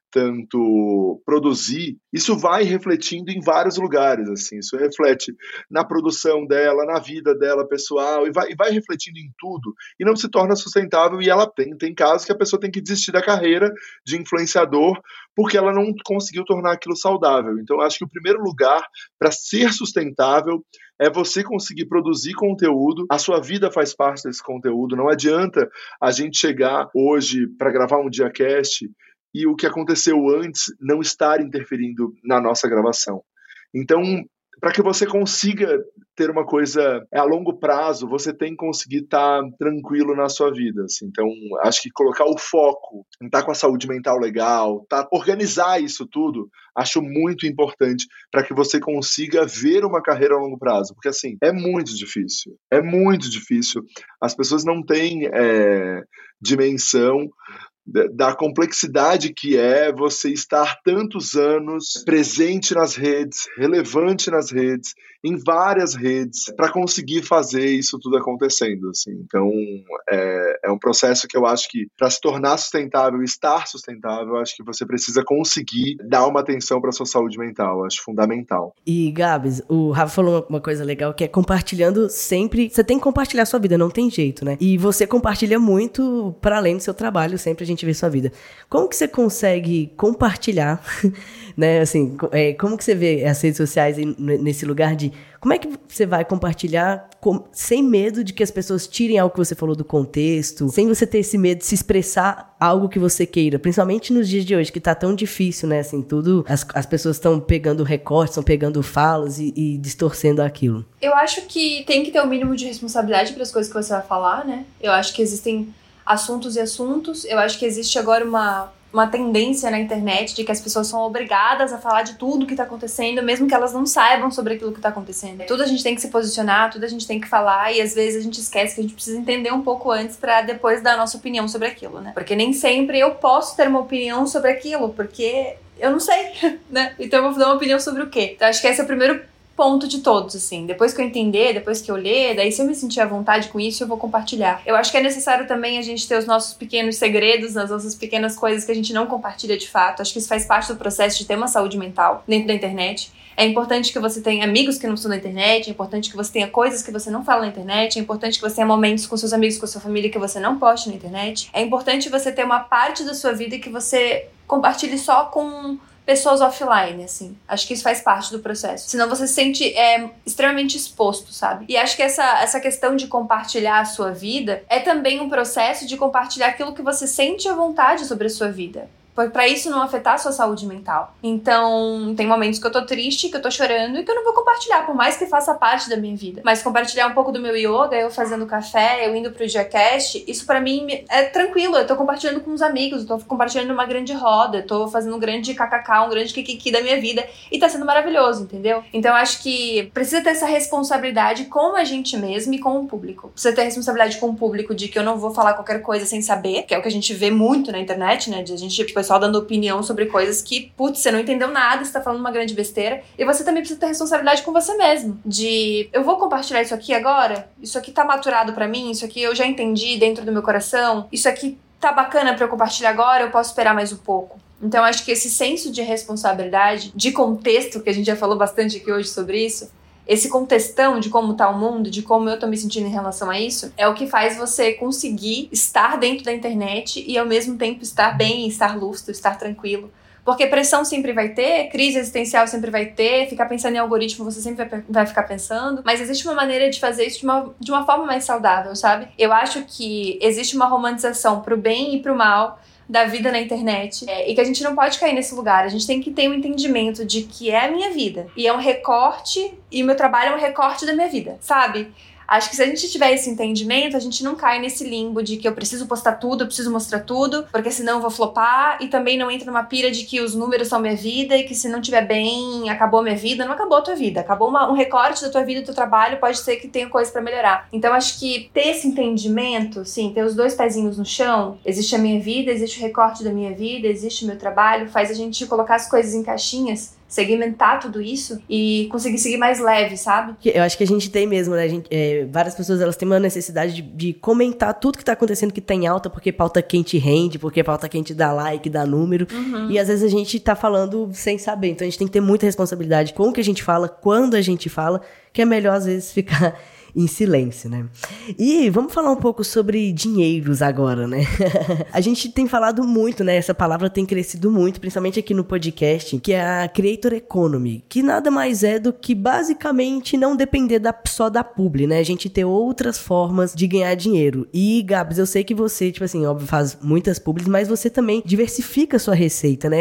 Speaker 2: tanto produzir, isso vai refletindo em vários lugares, assim, isso reflete na produção dela, na vida dela pessoal, e vai, e vai refletindo em tudo, e não se torna sustentável, e ela tem, tem casos que a pessoa tem que desistir da carreira de influenciador, porque ela não conseguiu tornar aquilo saudável. Então, eu acho que o primeiro lugar para ser sustentável é você conseguir produzir conteúdo, a sua vida faz parte desse conteúdo, não adianta a gente chegar hoje para gravar um DiaCast e o que aconteceu antes não estar interferindo na nossa gravação. Então, para que você consiga ter uma coisa a longo prazo, você tem que conseguir estar tranquilo na sua vida. Assim. Então, acho que colocar o foco em estar com a saúde mental legal, tá, organizar isso tudo, acho muito importante para que você consiga ver uma carreira a longo prazo. Porque, assim, é muito difícil. É muito difícil. As pessoas não têm é, dimensão da complexidade que é você estar tantos anos presente nas redes, relevante nas redes, em várias redes, para conseguir fazer isso tudo acontecendo, assim. Então, é, é um processo que eu acho que, para se tornar sustentável, estar sustentável, eu acho que você precisa conseguir dar uma atenção para a sua saúde mental, eu acho fundamental.
Speaker 1: E, Gabs, o Rafa falou uma coisa legal, que é compartilhando sempre, você tem que compartilhar a sua vida, não tem jeito, né? E você compartilha muito para além do seu trabalho, sempre a gente vê sua vida. Como que você consegue compartilhar, né, assim, é, como que você vê as redes sociais nesse lugar de, como é que você vai compartilhar com, sem medo de que as pessoas tirem algo que você falou do contexto, sem você ter esse medo de se expressar algo que você queira, principalmente nos dias de hoje, que tá tão difícil, né, assim, tudo, as, as pessoas estão pegando recortes, estão pegando falas e, e distorcendo aquilo.
Speaker 3: Eu acho que tem que ter o um mínimo de responsabilidade para as coisas que você vai falar, né, eu acho que existem assuntos e assuntos, eu acho que existe agora uma... uma tendência na internet de que as pessoas são obrigadas a falar de tudo que tá acontecendo, mesmo que elas não saibam sobre aquilo que tá acontecendo. Tudo a gente tem que se posicionar, tudo a gente tem que falar, e às vezes a gente esquece que a gente precisa entender um pouco antes pra depois dar a nossa opinião sobre aquilo, né? Porque nem sempre eu posso ter uma opinião sobre aquilo, porque eu não sei, né? Então eu vou dar uma opinião sobre o quê? Então acho que esse é o primeiro ponto de todos, assim. Depois que eu entender, depois que eu ler, daí se eu me sentir à vontade com isso, eu vou compartilhar. Eu acho que é necessário também a gente ter os nossos pequenos segredos, as nossas pequenas coisas que a gente não compartilha de fato. Acho que isso faz parte do processo de ter uma saúde mental dentro da internet. É importante que você tenha amigos que não são da internet, é importante que você tenha coisas que você não fala na internet, é importante que você tenha momentos com seus amigos, com sua família que você não poste na internet. É importante você ter uma parte da sua vida que você compartilhe só com pessoas offline, assim. Acho que isso faz parte do processo. Senão você se sente é, extremamente exposto, sabe? E acho que essa, essa questão de compartilhar a sua vida é também um processo de compartilhar aquilo que você sente à vontade sobre a sua vida. Pra isso não afetar a sua saúde mental. Então, tem momentos que eu tô triste, que eu tô chorando e que eu não vou compartilhar, por mais que faça parte da minha vida. Mas compartilhar um pouco do meu yoga, eu fazendo café, eu indo pro Diacast, isso pra mim é tranquilo. Eu tô compartilhando com os amigos, eu tô compartilhando uma grande roda, eu tô fazendo um grande kkk, um grande kikiki da minha vida e tá sendo maravilhoso, entendeu? Então, eu acho que precisa ter essa responsabilidade com a gente mesmo e com o público. Precisa ter responsabilidade com o público de que eu não vou falar qualquer coisa sem saber, que é o que a gente vê muito na internet, né? De a gente, tipo, pessoal dando opinião sobre coisas que, putz, você não entendeu nada, você tá falando uma grande besteira. E você também precisa ter responsabilidade com você mesmo. De, eu vou compartilhar isso aqui agora? Isso aqui tá maturado pra mim? Isso aqui eu já entendi dentro do meu coração? Isso aqui tá bacana pra eu compartilhar agora? Eu posso esperar mais um pouco? Então, acho que esse senso de responsabilidade, de contexto, que a gente já falou bastante aqui hoje sobre isso, esse contextão de como tá o mundo, de como eu tô me sentindo em relação a isso, é o que faz você conseguir estar dentro da internet e ao mesmo tempo estar bem, estar lúcido, estar tranquilo. Porque pressão sempre vai ter, crise existencial sempre vai ter, ficar pensando em algoritmo você sempre vai, vai ficar pensando, mas existe uma maneira de fazer isso de uma, de uma forma mais saudável, sabe? Eu acho que existe uma romantização pro bem e pro mal da vida na internet, é, e que a gente não pode cair nesse lugar. A gente tem que ter um entendimento de que é a minha vida, e é um recorte, e o meu trabalho é um recorte da minha vida, sabe? Acho que se a gente tiver esse entendimento, a gente não cai nesse limbo de que eu preciso postar tudo, eu preciso mostrar tudo, porque senão eu vou flopar, e também não entra numa pira de que os números são minha vida, e que se não tiver bem, acabou a minha vida. Não acabou a tua vida, acabou uma, um recorte da tua vida, do teu trabalho, pode ser que tenha coisa pra melhorar. Então acho que ter esse entendimento, sim, ter os dois pezinhos no chão, existe a minha vida, existe o recorte da minha vida, existe o meu trabalho, faz a gente colocar as coisas em caixinhas, segmentar tudo isso e conseguir seguir mais leve, sabe?
Speaker 1: Eu acho que a gente tem mesmo, né? A gente, é, várias pessoas, elas têm uma necessidade de, de comentar tudo que tá acontecendo que tá em alta, porque pauta quente rende, porque pauta quente dá like, dá número. Uhum. E às vezes a gente tá falando sem saber. Então a gente tem que ter muita responsabilidade com o que a gente fala, quando a gente fala, que é melhor às vezes ficar em silêncio, né? E vamos falar um pouco sobre dinheiros agora, né? A gente tem falado muito, né? Essa palavra tem crescido muito, principalmente aqui no podcast, que é a Creator Economy, que nada mais é do que basicamente não depender da, só da publi, né? A gente ter outras formas de ganhar dinheiro. E, Gabs, eu sei que você, tipo assim, óbvio, faz muitas publis, mas você também diversifica a sua receita, né?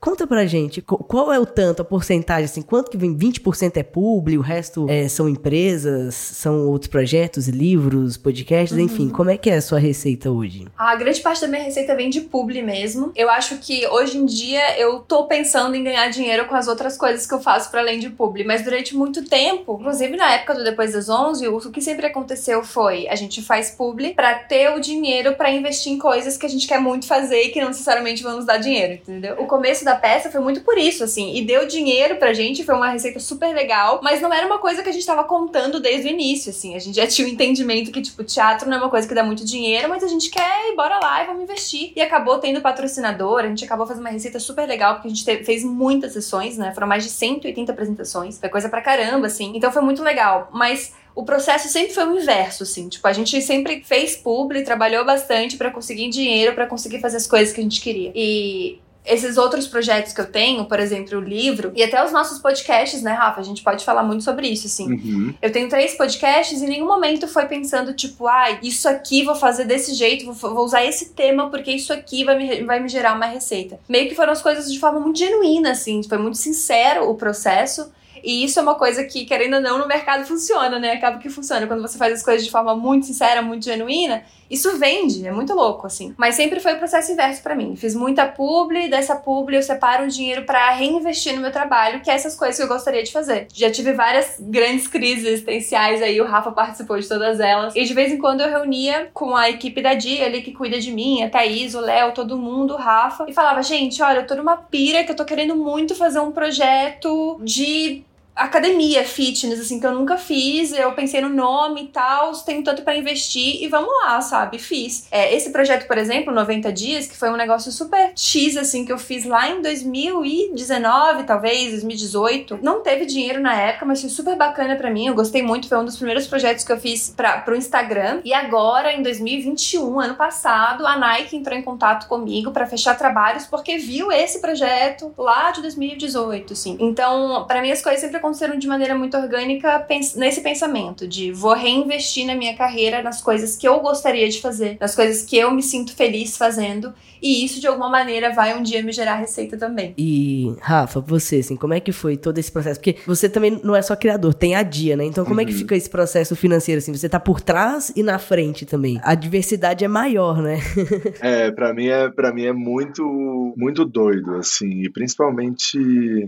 Speaker 1: conta pra gente, qual é o tanto, a porcentagem, assim, quanto que vem? vinte por cento é publi, o resto é, são empresas, são outros projetos, livros, podcasts, uhum. enfim, como é que é a sua receita hoje?
Speaker 3: A grande parte da minha receita vem de publi mesmo. Eu acho que hoje em dia eu tô pensando em ganhar dinheiro com as outras coisas que eu faço pra além de publi, mas durante muito tempo, inclusive na época do Depois das onze, o que sempre aconteceu foi, a gente faz publi pra ter o dinheiro pra investir em coisas que a gente quer muito fazer e que não necessariamente vão nos dar dinheiro, entendeu? O começo da peça foi muito por isso, assim, e deu dinheiro pra gente, foi uma receita super legal, mas não era uma coisa que a gente tava contando desde o início, assim, a gente já tinha o entendimento que, tipo, teatro não é uma coisa que dá muito dinheiro, mas a gente quer ir, bora lá e vamos investir. E acabou tendo patrocinador, a gente acabou fazendo uma receita super legal, porque a gente teve, fez muitas sessões, né, foram mais de cento e oitenta apresentações, foi coisa pra caramba, assim, então foi muito legal, mas o processo sempre foi o inverso, assim, tipo, a gente sempre fez publi, trabalhou bastante pra conseguir dinheiro, pra conseguir fazer as coisas que a gente queria. E esses outros projetos que eu tenho, por exemplo, o livro, e até os nossos podcasts, né, Rafa? A gente pode falar muito sobre isso, assim.
Speaker 2: Uhum.
Speaker 3: Eu tenho três podcasts e em nenhum momento foi pensando, tipo, ah, isso aqui vou fazer desse jeito, vou, vou usar esse tema porque isso aqui vai me, vai me gerar uma receita. Meio que foram as coisas de forma muito genuína, assim, foi muito sincero o processo. E isso é uma coisa que, querendo ou não, no mercado funciona, né? Acaba que funciona. Quando você faz as coisas de forma muito sincera, muito genuína, isso vende, é muito louco, assim. Mas sempre foi o processo inverso pra mim. Fiz muita publi, dessa publi eu separo um dinheiro pra reinvestir no meu trabalho, que é essas coisas que eu gostaria de fazer. Já tive várias grandes crises existenciais aí, o Rafa participou de todas elas. E de vez em quando eu reunia com a equipe da Dia ali, que cuida de mim, a Thaís, o Léo, todo mundo, o Rafa, e falava, gente, olha, eu tô numa pira que eu tô querendo muito fazer um projeto de academia, fitness, assim, que eu nunca fiz, eu pensei no nome e tal, tenho tanto pra investir e vamos lá, sabe, fiz. É, esse projeto, por exemplo, noventa dias, que foi um negócio super X, assim, que eu fiz lá em dois mil e dezenove, talvez, dois mil e dezoito, não teve dinheiro na época, mas foi super bacana pra mim, eu gostei muito, foi um dos primeiros projetos que eu fiz pra, pro Instagram, e agora, em dois mil e vinte e um, ano passado, a Nike entrou em contato comigo pra fechar trabalhos, porque viu esse projeto lá de dois mil e dezoito, assim. Então, pra mim, as coisas sempre aconteceram de maneira muito orgânica nesse pensamento de vou reinvestir na minha carreira, nas coisas que eu gostaria de fazer, nas coisas que eu me sinto feliz fazendo, e isso de alguma maneira vai um dia me gerar receita também.
Speaker 1: E Rafa, você, assim, como é que foi todo esse processo? Porque você também não é só criador, tem a Dia, né? Então como uhum. é que fica esse processo financeiro, assim? Você tá por trás e na frente também. A diversidade é maior, né?
Speaker 2: É, pra mim é, pra mim é muito, muito doido, assim, e principalmente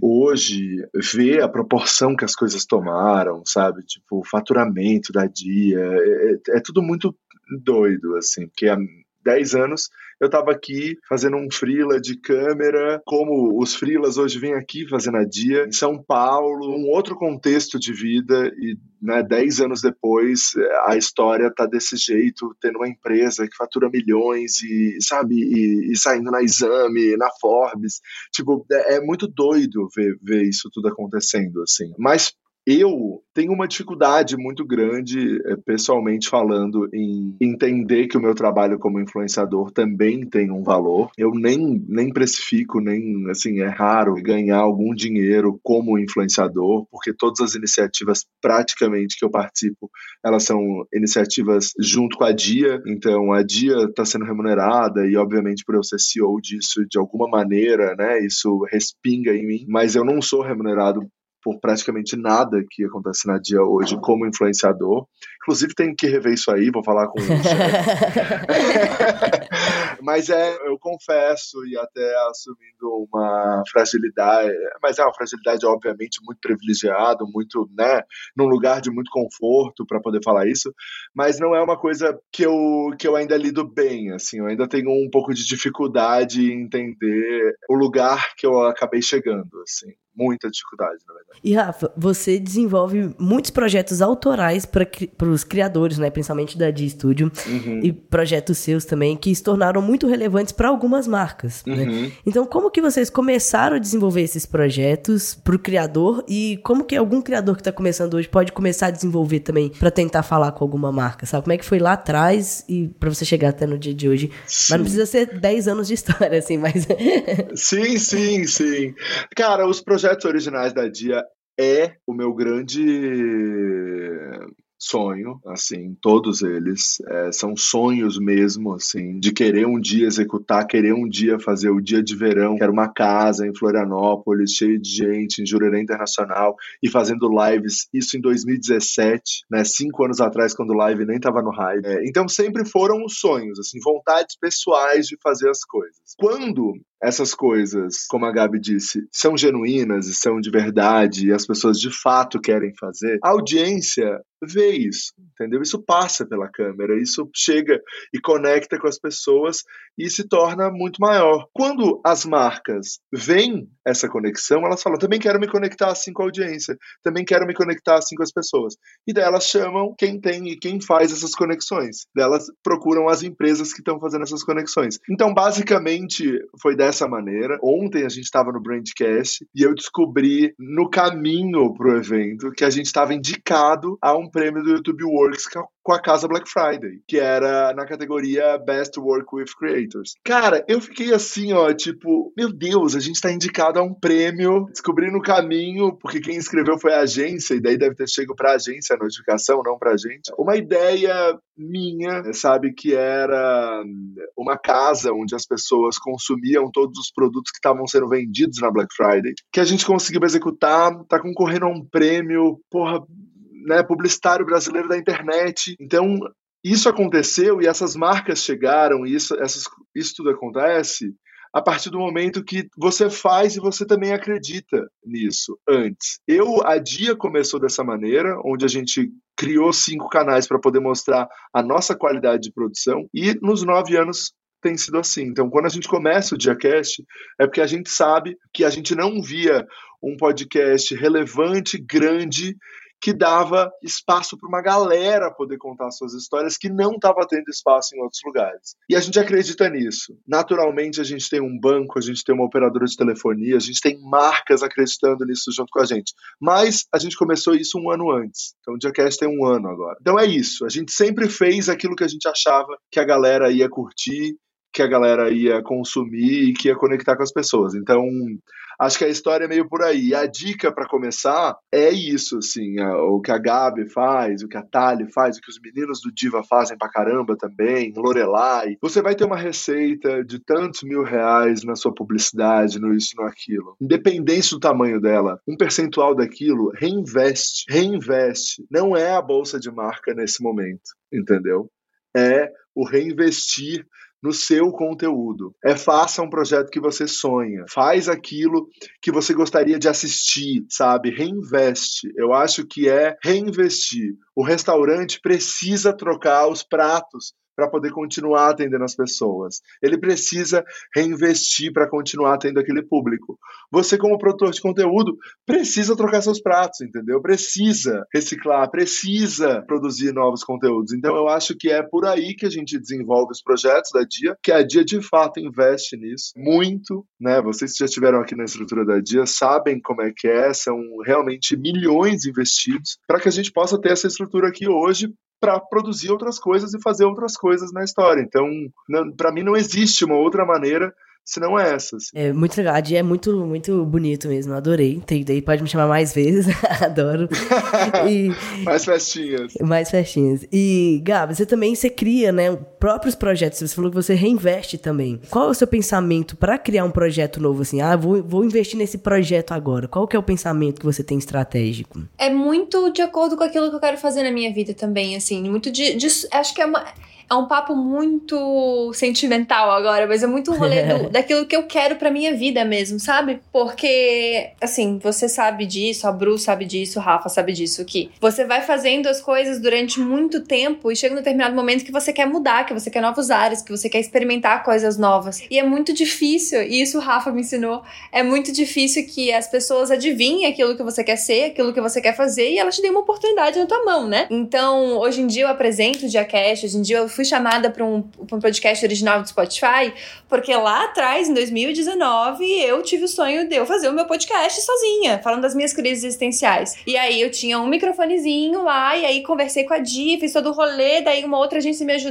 Speaker 2: hoje, ver a proporção que as coisas tomaram, sabe? Tipo, o faturamento da Dia, é, é tudo muito doido, assim, porque há dez anos eu tava aqui fazendo um freela de câmera, como os freelas hoje vêm aqui fazendo a Dia, em São Paulo, um outro contexto de vida, e né, dez anos depois a história tá desse jeito, tendo uma empresa que fatura milhões e, sabe, e, e saindo na Exame, na Forbes, tipo, é, é muito doido ver, ver isso tudo acontecendo, assim, mas eu tenho uma dificuldade muito grande, pessoalmente falando, em entender que o meu trabalho como influenciador também tem um valor. Eu nem, nem precifico, nem, assim, é raro ganhar algum dinheiro como influenciador, porque todas as iniciativas praticamente que eu participo, elas são iniciativas junto com a Dia, então a Dia está sendo remunerada e, obviamente, por eu ser C E O disso, de alguma maneira, né, isso respinga em mim, mas eu não sou remunerado por praticamente nada que acontece na Dia hoje como influenciador. Inclusive tem que rever isso aí, vou falar com o chefe. Mas é, eu confesso, e até assumindo uma fragilidade, mas é uma fragilidade obviamente muito privilegiada, muito, né, num lugar de muito conforto para poder falar isso, mas não é uma coisa que eu, que eu ainda lido bem, assim, eu ainda tenho um pouco de dificuldade em entender o lugar que eu acabei chegando, assim. Muita dificuldade, na verdade.
Speaker 1: E Rafa, você desenvolve muitos projetos autorais para os criadores, né, principalmente da Dia Studio, uhum. e projetos seus também, que se tornaram muito relevantes para algumas marcas. Uhum. Né? Então, como que vocês começaram a desenvolver esses projetos para o criador e como que algum criador que está começando hoje pode começar a desenvolver também para tentar falar com alguma marca, sabe? Como é que foi lá atrás e para você chegar até no dia de hoje? Sim. Mas não precisa ser dez anos de história, assim, mas...
Speaker 2: sim, sim, sim. Cara, os projetos Projetos originais da Dia é o meu grande sonho, assim, todos eles. É, são sonhos mesmo, assim, de querer um dia executar, querer um dia fazer o dia de verão, que era uma casa em Florianópolis, cheia de gente, em Jurerê Internacional, e fazendo lives, isso em dois mil e dezessete, né, cinco anos atrás, quando o live nem tava no hype. É, então sempre foram os sonhos, assim, vontades pessoais de fazer as coisas. Quando essas coisas, como a Gabi disse, são genuínas e são de verdade e as pessoas de fato querem fazer, a audiência vê isso, entendeu? Isso passa pela câmera, isso chega e conecta com as pessoas e se torna muito maior. Quando as marcas veem essa conexão, elas falam, também quero me conectar assim com a audiência, também quero me conectar assim com as pessoas. E daí elas chamam quem tem e quem faz essas conexões. Daí elas procuram as empresas que estão fazendo essas conexões. Então, basicamente, foi dessa maneira. Ontem a gente estava no Brandcast e eu descobri no caminho pro evento que a gente estava indicado a um prêmio do YouTube Works com a casa Black Friday, que era na categoria Best Work with Creators. Cara, eu fiquei assim, ó, tipo, meu Deus, a gente tá indicado a um prêmio, descobri no caminho, porque quem escreveu foi a agência, e daí deve ter chegado pra agência a notificação, não pra gente. Uma ideia minha, sabe, que era uma casa onde as pessoas consumiam todos os produtos que estavam sendo vendidos na Black Friday, que a gente conseguiu executar, tá concorrendo a um prêmio, porra, né, publicitário brasileiro da internet. Então, isso aconteceu e essas marcas chegaram, e isso, essas, isso tudo acontece a partir do momento que você faz e você também acredita nisso antes. Eu, a Dia começou dessa maneira, onde a gente criou cinco canais para poder mostrar a nossa qualidade de produção, e nos nove anos tem sido assim. Então, quando a gente começa o DiaCast, é porque a gente sabe que a gente não via um podcast relevante, grande, que dava espaço para uma galera poder contar suas histórias que não estava tendo espaço em outros lugares. E a gente acredita nisso. Naturalmente, a gente tem um banco, a gente tem uma operadora de telefonia, a gente tem marcas acreditando nisso junto com a gente. Mas a gente começou isso um ano antes. Então, o DiaCast tem um ano agora. Então é isso. A gente sempre fez aquilo que a gente achava que a galera ia curtir, que a galera ia consumir e que ia conectar com as pessoas. Então, acho que a história é meio por aí. E a dica para começar é isso, assim, a, o que a Gabi faz, o que a Thali faz, o que os meninos do Diva fazem pra caramba também, Lorelai. Você vai ter uma receita de tantos mil reais na sua publicidade, no isso, no aquilo. Independente do tamanho dela, um percentual daquilo, reinveste, reinveste. Não é a bolsa de marca nesse momento, entendeu? É o reinvestir no seu conteúdo. É faça um projeto que você sonha. Faz aquilo que você gostaria de assistir, sabe? Reinveste. Eu acho que é reinvestir. O restaurante precisa trocar os pratos para poder continuar atendendo as pessoas. Ele precisa reinvestir para continuar atendendo aquele público. Você, como produtor de conteúdo, precisa trocar seus pratos, entendeu? Precisa reciclar, precisa produzir novos conteúdos. Então, eu acho que é por aí que a gente desenvolve os projetos da Dia, que a Dia, de fato, investe nisso muito, né? Vocês que já estiveram aqui na estrutura da Dia sabem como é que é, são realmente milhões investidos para que a gente possa ter essa estrutura aqui hoje para produzir outras coisas e fazer outras coisas na história. Então, para mim, não existe uma outra maneira senão essa. Assim.
Speaker 1: É muito legal. A Dia é muito, muito bonito mesmo. Adorei. Tem, daí pode me chamar mais vezes. Adoro. E,
Speaker 2: mais festinhas.
Speaker 1: Mais festinhas. E, Gabi, você também você cria, né, próprios projetos. Você falou que você reinveste também. Qual é o seu pensamento para criar um projeto novo? Assim, ah, vou, vou investir nesse projeto agora. Qual que é o pensamento que você tem estratégico?
Speaker 3: É muito de acordo com aquilo que eu quero fazer na minha vida também, assim. Muito de... de acho que é uma... É um papo muito sentimental agora, mas é muito um rolê do, daquilo que eu quero pra minha vida mesmo, sabe? Porque, assim, você sabe disso, a Bru sabe disso, o Rafa sabe disso, que você vai fazendo as coisas durante muito tempo e chega um determinado momento que você quer mudar, que você quer novos ares, que você quer experimentar coisas novas. E é muito difícil, e isso o Rafa me ensinou, é muito difícil que as pessoas adivinhem aquilo que você quer ser, aquilo que você quer fazer, e elas te deem uma oportunidade na tua mão, né? Então, hoje em dia eu apresento o DiaCast, hoje em dia eu fui chamada para um, um podcast original do Spotify, porque lá atrás, em dois mil e dezenove, eu tive o sonho de eu fazer o meu podcast sozinha, falando das minhas crises existenciais. E aí eu tinha um microfonezinho lá, e aí conversei com a Di, fiz todo o rolê, daí uma outra agência me ajudou, e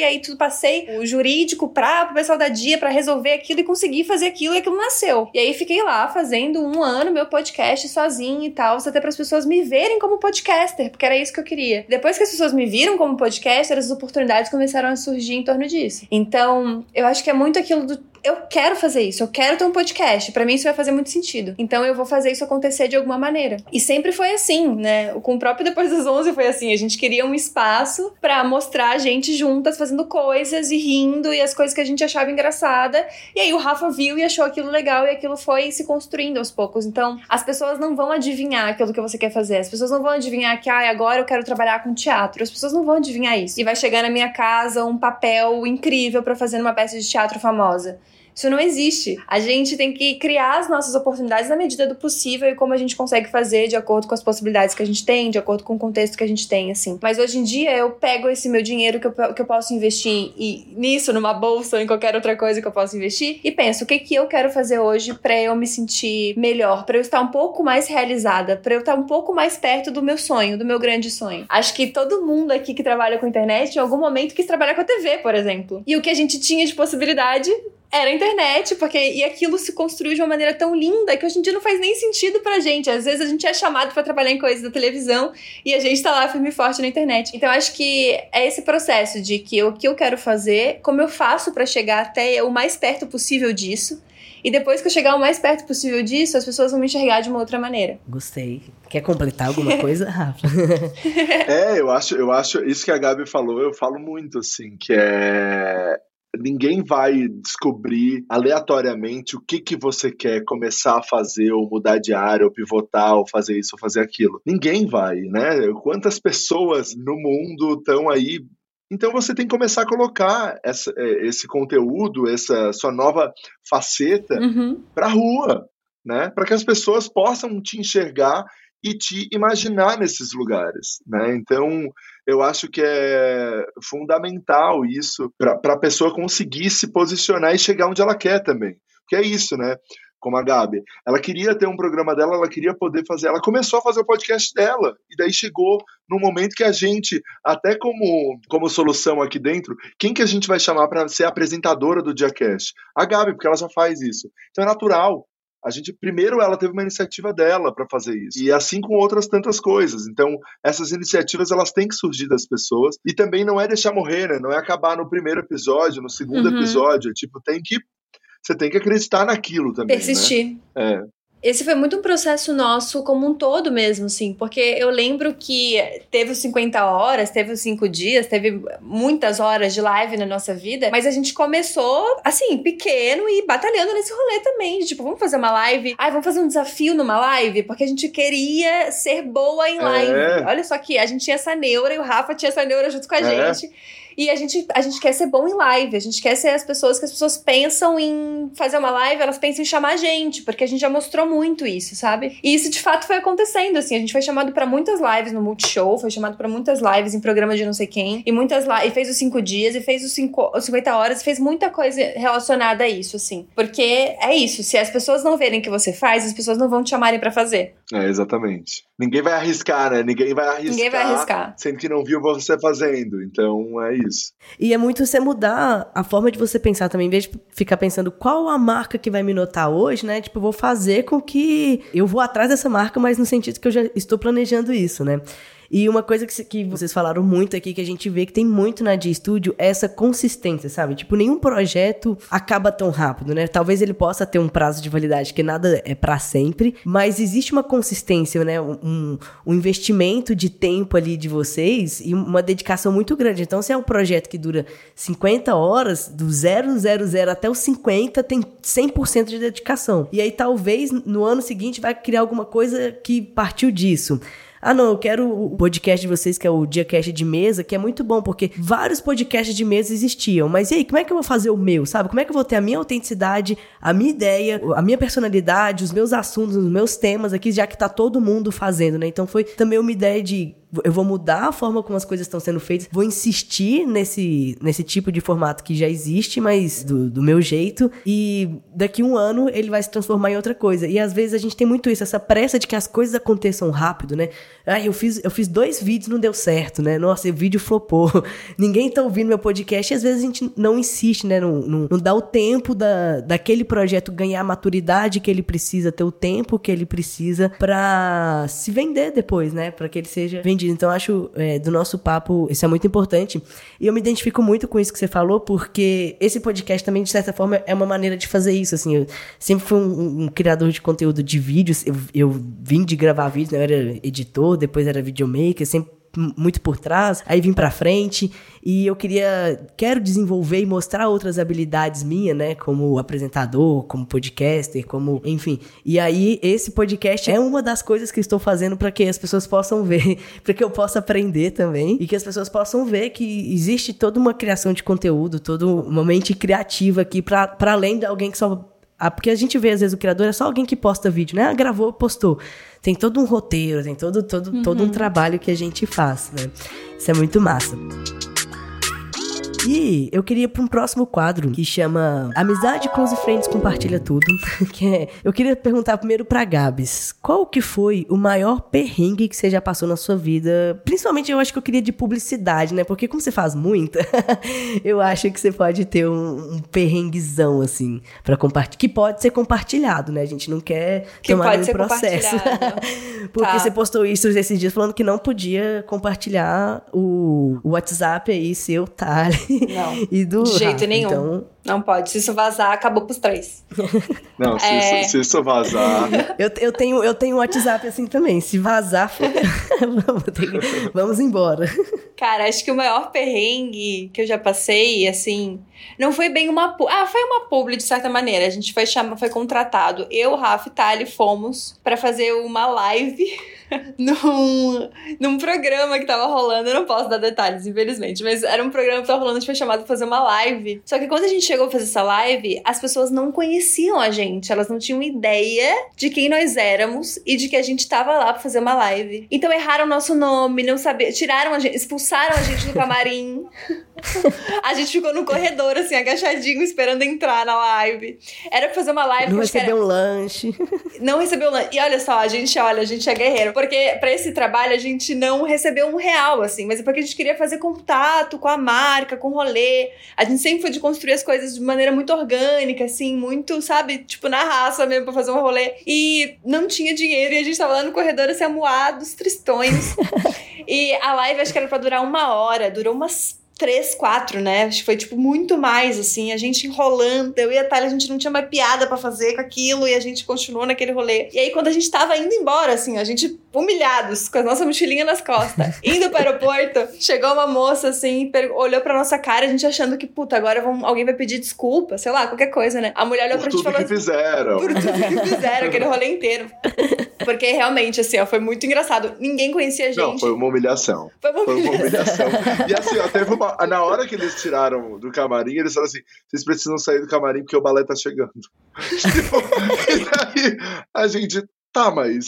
Speaker 3: e aí tudo passei o jurídico pra o pessoal da Dia pra resolver aquilo e conseguir fazer aquilo e aquilo nasceu. E aí fiquei lá fazendo um ano meu podcast sozinha e tal, até para as pessoas me verem como podcaster, porque era isso que eu queria. Depois que as pessoas me viram como podcaster, as oportunidades começaram a surgir em torno disso. Então, eu acho que é muito aquilo do eu quero fazer isso, eu quero ter um podcast, pra mim isso vai fazer muito sentido. Então eu vou fazer isso acontecer de alguma maneira. E sempre foi assim, né? Com o próprio Depois das onze foi assim, a gente queria um espaço pra mostrar a gente juntas fazendo coisas e rindo e as coisas que a gente achava engraçada. E aí o Rafa viu e achou aquilo legal e aquilo foi se construindo aos poucos. Então as pessoas não vão adivinhar aquilo que você quer fazer. As pessoas não vão adivinhar que, ah, agora eu quero trabalhar com teatro. As pessoas não vão adivinhar isso. E vai chegar na minha casa um papel incrível pra fazer numa peça de teatro famosa. Isso não existe. A gente tem que criar as nossas oportunidades na medida do possível e como a gente consegue fazer de acordo com as possibilidades que a gente tem, de acordo com o contexto que a gente tem, assim. Mas hoje em dia eu pego esse meu dinheiro que eu, que eu posso investir e, nisso, numa bolsa ou em qualquer outra coisa que eu possa investir e penso, o que que eu quero fazer hoje pra eu me sentir melhor, pra eu estar um pouco mais realizada, pra eu estar um pouco mais perto do meu sonho, do meu grande sonho. Acho que todo mundo aqui que trabalha com internet em algum momento quis trabalhar com a T V, por exemplo. E o que a gente tinha de possibilidade era a internet, porque e aquilo se construiu de uma maneira tão linda que hoje em dia não faz nem sentido pra gente. Às vezes a gente é chamado pra trabalhar em coisas da televisão e a gente tá lá firme e forte na internet. Então acho que é esse processo de que o que eu quero fazer, como eu faço pra chegar até o mais perto possível disso. E depois que eu chegar o mais perto possível disso, as pessoas vão me enxergar de uma outra maneira.
Speaker 1: Gostei. Quer completar alguma coisa, Rafa?
Speaker 2: É, eu acho, eu acho, isso que a Gabi falou, eu falo muito, assim, que é... Ninguém vai descobrir aleatoriamente o que, que você quer começar a fazer, ou mudar de área, ou pivotar, ou fazer isso, ou fazer aquilo. Ninguém vai, né? Quantas pessoas no mundo estão aí? Então você tem que começar a colocar essa, esse conteúdo, essa sua nova faceta
Speaker 3: uhum.
Speaker 2: pra rua, né? Para que as pessoas possam te enxergar e te imaginar nesses lugares, né? Então, eu acho que é fundamental isso para a pessoa conseguir se posicionar e chegar onde ela quer também. Que é isso, né? Como a Gabi, ela queria ter um programa dela, ela queria poder fazer, ela começou a fazer o podcast dela, e daí chegou num momento que a gente, até como, como solução aqui dentro, quem que a gente vai chamar para ser apresentadora do DiaCast? A Gabi, porque ela já faz isso. Então é natural. A gente, primeiro, ela teve uma iniciativa dela para fazer isso. E assim com outras tantas coisas. Então, essas iniciativas, elas têm que surgir das pessoas. E também não é deixar morrer, né? Não é acabar no primeiro episódio, no segundo uhum. episódio. Tipo, tem que... Você tem que acreditar naquilo também,
Speaker 3: persistir.
Speaker 2: Né? É.
Speaker 3: Esse foi muito um processo nosso como um todo mesmo, assim, porque eu lembro que teve os cinquenta horas, teve os cinco dias, teve muitas horas de live na nossa vida, mas a gente começou, assim, pequeno e batalhando nesse rolê também, de, tipo, vamos fazer uma live, ai, vamos fazer um desafio numa live, porque a gente queria ser boa em live. É. Olha só que a gente tinha essa neura e o Rafa tinha essa neura junto com a é. gente. E a gente, a gente quer ser bom em live, a gente quer ser as pessoas que as pessoas pensam em fazer uma live, elas pensam em chamar a gente, porque a gente já mostrou muito isso, sabe? E isso de fato foi acontecendo, assim, a gente foi chamado pra muitas lives no Multishow, foi chamado pra muitas lives em programa de não sei quem, e muitas lives, e fez os cinco dias, e fez os, cinco, os cinquenta horas, e fez muita coisa relacionada a isso, assim. Porque é isso, se as pessoas não verem o que você faz, as pessoas não vão te chamarem pra fazer.
Speaker 2: É, exatamente. Ninguém vai arriscar, né? Ninguém vai arriscar.
Speaker 3: Ninguém vai arriscar.
Speaker 2: Sendo que não viu você fazendo. Então, é isso.
Speaker 1: E é muito você mudar a forma de você pensar também, em vez de ficar pensando qual a marca que vai me notar hoje, né? Tipo, eu vou fazer com que eu vou atrás dessa marca, mas no sentido que eu já estou planejando isso, né? E uma coisa que, que vocês falaram muito aqui, que a gente vê que tem muito na Dia Studio, é essa consistência, sabe? Tipo, nenhum projeto acaba tão rápido, né? Talvez ele possa ter um prazo de validade, que nada é pra sempre, mas existe uma consistência, né? Um, um investimento de tempo ali de vocês e uma dedicação muito grande. Então, se é um projeto que dura cinquenta horas, do zero zero zero até os cinquenta, tem cem por cento de dedicação. E aí, talvez, no ano seguinte, vai criar alguma coisa que partiu disso. Ah, não, eu quero o podcast de vocês, que é o DiaCast de mesa, que é muito bom, porque vários podcasts de mesa existiam. Mas e aí, como é que eu vou fazer o meu, sabe? Como é que eu vou ter a minha autenticidade, a minha ideia, a minha personalidade, os meus assuntos, os meus temas aqui, já que tá todo mundo fazendo, né? Então foi também uma ideia de eu vou mudar a forma como as coisas estão sendo feitas, vou insistir nesse, nesse tipo de formato que já existe, mas do, do meu jeito, e daqui um ano ele vai se transformar em outra coisa. E às vezes a gente tem muito isso, essa pressa de que as coisas aconteçam rápido, né? Ah, eu fiz, eu fiz dois vídeos, não deu certo, né? Nossa, o vídeo flopou. Ninguém tá ouvindo meu podcast, e às vezes a gente não insiste, né? Não, não, não dá o tempo da, daquele projeto ganhar a maturidade que ele precisa, ter o tempo que ele precisa pra se vender depois, né? Pra que ele seja vendido. Então, eu acho, é, do nosso papo, isso é muito importante. E eu me identifico muito com isso que você falou, porque esse podcast também, de certa forma, é uma maneira de fazer isso, assim. Eu sempre fui um, um criador de conteúdo de vídeos. Eu, eu vim de gravar vídeos, né? Eu era editor, depois era videomaker, sempre muito por trás, aí vim pra frente, e eu queria, quero desenvolver e mostrar outras habilidades minhas, né, como apresentador, como podcaster, como, enfim, e aí esse podcast é uma das coisas que estou fazendo para que as pessoas possam ver, para que eu possa aprender também, e que as pessoas possam ver que existe toda uma criação de conteúdo, toda uma mente criativa aqui, pra, pra além de alguém que só... Ah, porque a gente vê, às vezes, o criador é só alguém que posta vídeo, né? Ah, gravou, postou. Tem todo um roteiro, tem todo, todo, uhum. todo um trabalho que a gente faz, né? Isso é muito massa. E eu queria ir para um próximo quadro que chama Amizade Close Friends Compartilha Tudo. Que é, eu queria perguntar primeiro pra Gabs, qual que foi o maior perrengue que você já passou na sua vida? Principalmente eu acho que eu queria de publicidade, né? Porque como você faz muita, eu acho que você pode ter um, um perrenguezão, assim, pra compartilhar. Que pode ser compartilhado, né? A gente não quer
Speaker 3: que
Speaker 1: tomar
Speaker 3: pode
Speaker 1: um
Speaker 3: ser
Speaker 1: processo. Porque
Speaker 3: tá.
Speaker 1: Você postou isso esses dias falando que não podia compartilhar o, o WhatsApp aí, seu, Thali.
Speaker 3: Não,
Speaker 1: e do
Speaker 3: de jeito
Speaker 1: Rafa,
Speaker 3: nenhum.
Speaker 1: Então...
Speaker 3: Não pode. Se isso vazar, acabou pros três.
Speaker 2: Não, se,
Speaker 3: é...
Speaker 2: isso, se isso vazar...
Speaker 1: Eu, eu, tenho, eu tenho um WhatsApp assim também. Se vazar, vamos, ter... vamos embora.
Speaker 3: Cara, acho que o maior perrengue que eu já passei, assim... Não foi bem uma... Ah, foi uma publi, de certa maneira. A gente foi, chama... foi contratado. Eu, Rafa e Thali fomos pra fazer uma live... num, num programa que tava rolando. Eu não posso dar detalhes, infelizmente, mas era um programa que tava rolando, a gente foi chamado pra fazer uma live. Só que quando a gente chegou pra fazer essa live, as pessoas não conheciam a gente, elas não tinham ideia de quem nós éramos e de que a gente tava lá pra fazer uma live. Então erraram nosso nome, não sabiam, tiraram a gente, expulsaram a gente do camarim. A gente ficou no corredor, assim, agachadinho, esperando entrar na live. Era pra fazer uma live...
Speaker 1: Não recebeu era... um lanche.
Speaker 3: Não recebeu um lanche. E olha só, a gente, olha, a gente é guerreiro. Porque pra esse trabalho a gente não recebeu um real, assim. Mas é porque a gente queria fazer contato com a marca, com o rolê. A gente sempre foi de construir as coisas de maneira muito orgânica, assim. Muito, sabe? Tipo, na raça mesmo, pra fazer um rolê. E não tinha dinheiro. E a gente tava lá no corredor, assim, amuados, tristões. E a live, acho que era pra durar uma hora. Durou umas... três, quatro, né? Acho que foi, tipo, muito mais, assim. A gente enrolando. Eu e a Thalia, a gente não tinha mais piada pra fazer com aquilo. E a gente continuou naquele rolê. E aí, quando a gente tava indo embora, assim, a gente humilhados, com a nossa mochilinha nas costas, indo pro aeroporto, chegou uma moça, assim, per- olhou pra nossa cara, a gente achando que, puta, agora vão, alguém vai pedir desculpa, sei lá, qualquer coisa, né? A mulher olhou
Speaker 2: Por
Speaker 3: pra gente e falou...
Speaker 2: tudo que fizeram.
Speaker 3: Por tudo que fizeram, aquele rolê inteiro. Porque, realmente, assim, ó, foi muito engraçado. Ninguém conhecia a gente.
Speaker 2: Não, foi uma humilhação.
Speaker 3: Foi uma
Speaker 2: Foi
Speaker 3: humilhação.
Speaker 2: uma humilhação. E assim, ó, teve uma... Na hora que eles tiraram do camarim, eles falaram assim, vocês precisam sair do camarim porque o balé tá chegando. Tipo, e daí a gente, tá, mas...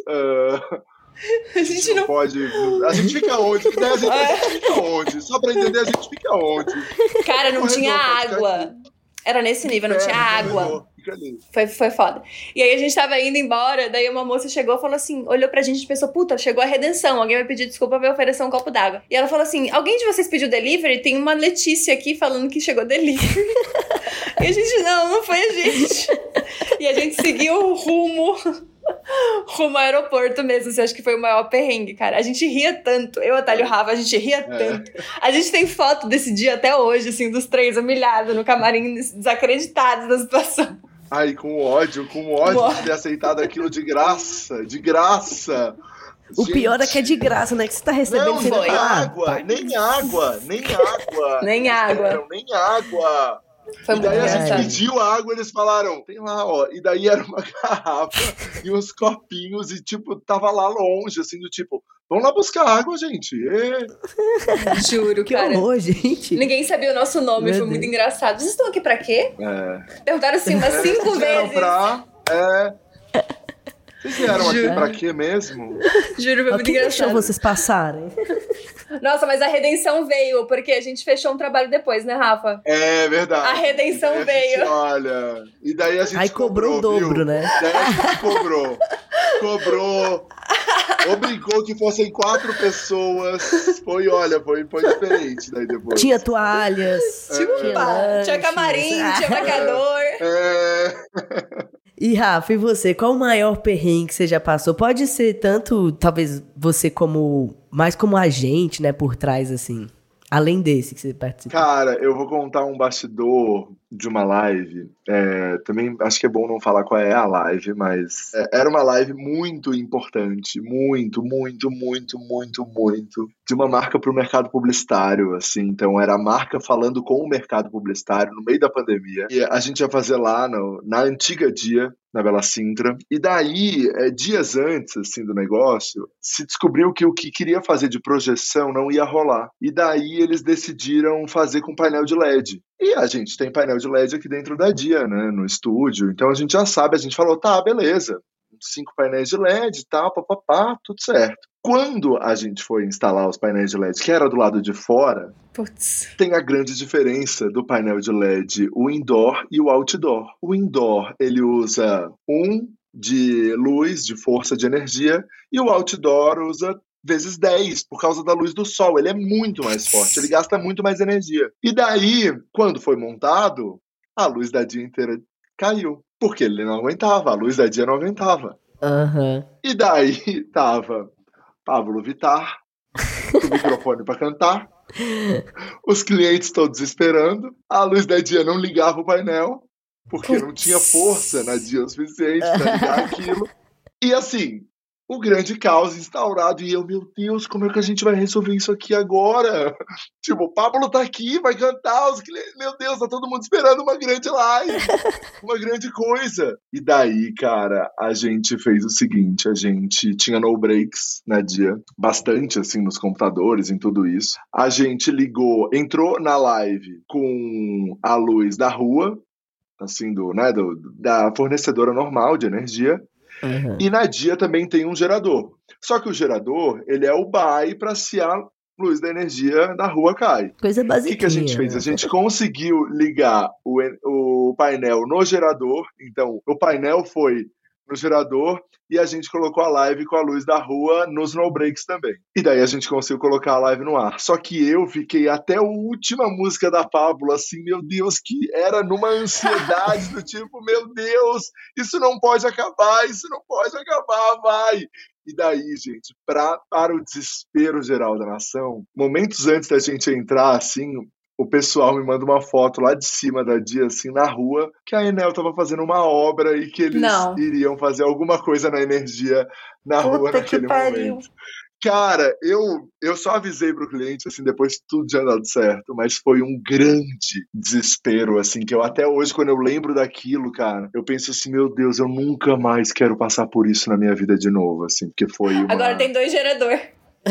Speaker 2: Uh,
Speaker 3: a gente, gente não...
Speaker 2: não pode... A gente fica onde? E daí a gente, a gente fica onde? Só pra entender, a gente fica onde?
Speaker 3: Cara, não tinha água. Era nesse nível, não é, tinha água. Foi, foi foda. E aí a gente tava indo embora, daí uma moça chegou e falou assim, olhou pra gente e pensou, puta, chegou a redenção, alguém vai pedir desculpa, vai oferecer um copo d'água. E ela falou assim, alguém de vocês pediu delivery? Tem uma Letícia aqui falando que chegou delivery. E a gente, não, não foi a gente. E a gente seguiu o rumo... rumo ao aeroporto mesmo, você acha que foi o maior perrengue, cara? A gente ria tanto, eu, a Thalia e o Rafa, a gente ria é. tanto. A gente tem foto desse dia até hoje, assim, dos três humilhados no camarim, desacreditados da situação.
Speaker 2: Ai, com ódio, com ódio Boa. de ter aceitado aquilo de graça, de graça.
Speaker 1: O gente. pior é que é de graça, né? Que você tá recebendo...
Speaker 2: Não,
Speaker 1: você
Speaker 2: nem
Speaker 1: fala,
Speaker 2: água,
Speaker 1: ah,
Speaker 2: nem água, nem água.
Speaker 3: Nem água.
Speaker 2: Não, nem água.
Speaker 3: Foi
Speaker 2: e daí
Speaker 3: muito
Speaker 2: a gente
Speaker 3: engraçado.
Speaker 2: pediu a água, eles falaram, tem lá, ó. E daí era uma garrafa e uns copinhos e, tipo, tava lá longe, assim, do tipo, vamos lá buscar água, gente. E...
Speaker 3: Juro,
Speaker 1: que
Speaker 3: cara.
Speaker 1: horror, gente.
Speaker 3: Ninguém sabia o nosso nome, Meu foi Deus. muito engraçado. Vocês estão aqui pra quê?
Speaker 2: É.
Speaker 3: Perguntaram assim umas
Speaker 2: é,
Speaker 3: cinco vezes.
Speaker 2: Pra, é... Vocês vieram aqui pra quê mesmo?
Speaker 3: Juro, foi muito engraçado.
Speaker 1: Deixou vocês passarem?
Speaker 3: Nossa, mas a redenção veio, porque a gente fechou um trabalho depois, né, Rafa?
Speaker 2: É verdade.
Speaker 3: A redenção
Speaker 2: a
Speaker 3: veio.
Speaker 2: Gente, olha, e daí a gente
Speaker 1: Aí cobrou, cobrou o dobro, viu? Né?
Speaker 2: Daí a gente cobrou. Cobrou. Obrigou que fossem quatro pessoas. Foi, olha, foi, foi diferente daí depois.
Speaker 1: Tinha toalhas.
Speaker 2: É.
Speaker 3: Tinha, lanches, tinha camarim, é. tinha marcador.
Speaker 2: É.
Speaker 1: E Rafa, e você? Qual o maior perrengue que você já passou? Pode ser tanto, talvez, você como... mais como agente, né, por trás, assim. Além desse que você participa.
Speaker 2: Cara, eu vou contar um bastidor de uma live. É, também acho que é bom não falar qual é a live, mas é, era uma live muito importante, muito, muito, muito, muito, muito, de uma marca para o mercado publicitário, assim. Então era a marca falando com o mercado publicitário no meio da pandemia. E a gente ia fazer lá no, na antiga Dia, na Bela Sintra. E daí, é, dias antes, assim, do negócio, se descobriu que o que queria fazer de projeção não ia rolar. E daí eles decidiram fazer com painel de L E D. E a gente tem painel de L E D aqui dentro da Dia, né, no estúdio. Então a gente já sabe, a gente falou, tá, beleza. Cinco painéis de L E D e tal, papapá, tudo certo. Quando a gente foi instalar os painéis de L E D, que era do lado de fora,
Speaker 3: Puts.
Speaker 2: tem a grande diferença do painel de L E D, o indoor e o outdoor. O indoor, ele usa um de luz, de força, de energia, e o outdoor usa vezes dez, por causa da luz do sol. Ele é muito mais forte, ele gasta muito mais energia. E daí, quando foi montado, a luz da Dia inteira caiu, porque ele não aguentava, a luz da Dia não aguentava.
Speaker 1: Uhum.
Speaker 2: E daí tava Pablo Vittar, o microfone para cantar, os clientes todos esperando, a luz da Dia não ligava o painel, porque não tinha força na Dia o suficiente para ligar aquilo. E assim, o grande caos instaurado, e eu, meu Deus, como é que a gente vai resolver isso aqui agora? Tipo, o Pablo tá aqui, vai cantar, os clientes, meu Deus, tá todo mundo esperando uma grande live, uma grande coisa. E daí, cara, a gente fez o seguinte, a gente tinha no breaks na Dia, bastante assim nos computadores, em tudo isso. A gente ligou, entrou na live com a luz da rua, assim, do, né, do, da fornecedora normal de energia. Uhum. E na Dia também tem um gerador. Só que o gerador, ele é o buy para se a luz da energia da rua cai.
Speaker 1: Coisa básica.
Speaker 2: O que, que a gente fez? A gente conseguiu ligar o, o painel no gerador. Então, o painel foi no gerador e a gente colocou a live com a luz da rua nos no breaks também. E daí a gente conseguiu colocar a live no ar. Só que eu fiquei até a última música da Pablo, assim, meu Deus, que era numa ansiedade do tipo, meu Deus, isso não pode acabar, isso não pode acabar, vai! E daí, gente, pra, para o desespero geral da nação, momentos antes da gente entrar, assim, o pessoal me manda uma foto lá de cima da Dia, assim, na rua, que a Enel tava fazendo uma obra e que eles não. iriam fazer alguma coisa na energia na Puta rua naquele momento. Cara, eu, eu só avisei pro cliente, assim, depois que tudo tinha dado certo, mas foi um grande desespero, assim, que eu até hoje, quando eu lembro daquilo, cara, eu penso assim, meu Deus, eu nunca mais quero passar por isso na minha vida de novo, assim, porque foi uma...
Speaker 3: Agora tem dois geradores.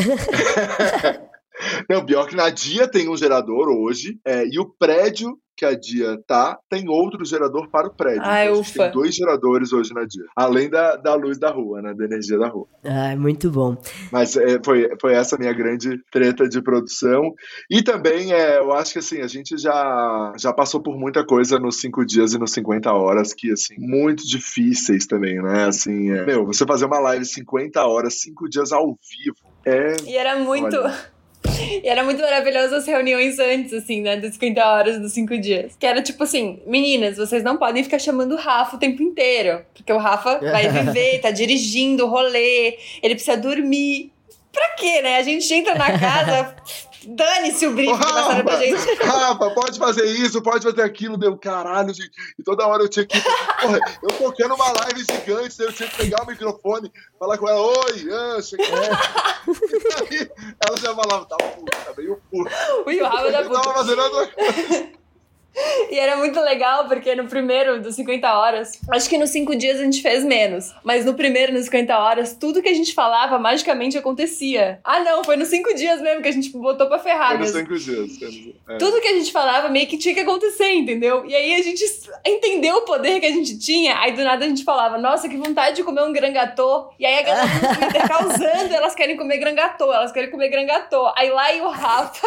Speaker 2: Não, pior que na Dia tem um gerador hoje, é, e o prédio que a Dia tá, tem outro gerador para o prédio.
Speaker 3: Ai,
Speaker 2: então,
Speaker 3: ufa.
Speaker 2: Tem dois geradores hoje na Dia, além da, da luz da rua, né, da energia da rua.
Speaker 1: Ai, muito bom.
Speaker 2: Mas é, foi, foi essa minha grande treta de produção. E também, é, eu acho que assim, a gente já, já passou por muita coisa nos cinco dias e nos cinquenta horas, que assim, muito difíceis também, né, assim, é, meu, você fazer uma live cinquenta horas, cinco dias ao vivo, é...
Speaker 3: E era muito...
Speaker 2: Olha,
Speaker 3: E era muito maravilhoso as reuniões antes, assim, né, das cinquenta horas, dos cinco dias. Que era tipo assim, meninas, vocês não podem ficar chamando o Rafa o tempo inteiro. Porque o Rafa vai viver, tá dirigindo o rolê, ele precisa dormir. Pra quê, né? A gente entra na casa... Dane-se o briefing que passaram pra gente.
Speaker 2: Rafa, pode fazer isso, pode fazer aquilo. Deu caralho, gente. E toda hora eu tinha que... Porra, eu tocando uma live gigante, eu tinha que pegar o microfone, falar com ela, oi, ah, cheguei. E aí, ela já falava, tá puta, tá meio puta.
Speaker 3: O Rafa da puta.
Speaker 2: Eu tava fazendo outra coisa.
Speaker 3: E era muito legal, porque no primeiro dos cinquenta horas, acho que nos cinco dias a gente fez menos, mas no primeiro, nos cinquenta horas, tudo que a gente falava magicamente acontecia. Ah não, foi nos cinco dias mesmo que a gente botou pra ferrar.
Speaker 2: Foi nos
Speaker 3: mesmo.
Speaker 2: cinco dias. É.
Speaker 3: Tudo que a gente falava meio que tinha que acontecer, entendeu? E aí a gente entendeu o poder que a gente tinha, aí do nada a gente falava, nossa, que vontade de comer um gran gâteau. E aí a galera no Twitter causando, elas querem comer gran gâteau, elas querem comer gran gâteau. Aí lá e o Rafa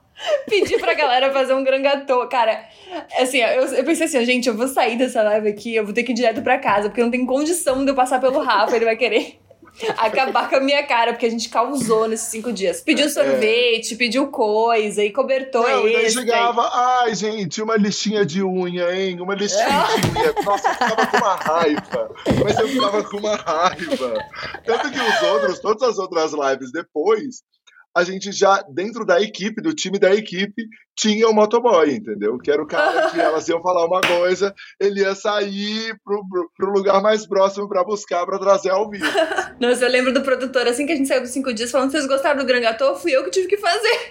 Speaker 3: pedi pra galera fazer um gran gâteau. Cara, assim, eu, eu pensei assim, gente, eu vou sair dessa live aqui, eu vou ter que ir direto pra casa, porque não tem condição de eu passar pelo Rafa, ele vai querer acabar com a minha cara, porque a gente causou nesses cinco dias. Pediu sorvete, é. pediu coisa, e cobertou
Speaker 2: não,
Speaker 3: esse.
Speaker 2: E daí chegava, ai, gente, uma listinha de unha, hein? Uma listinha de unha. Nossa, eu ficava com uma raiva. Mas eu ficava com uma raiva. Tanto que os outros, todas as outras lives depois, a gente já, dentro da equipe, do time da equipe, tinha o motoboy, entendeu? Que era o cara que elas iam falar uma coisa, ele ia sair pro, pro, pro lugar mais próximo pra buscar, pra trazer ao vivo.
Speaker 3: Nossa, eu lembro do produtor, assim que a gente saiu dos cinco dias, falando, vocês gostaram do gran gâteau? Fui eu que tive que fazer.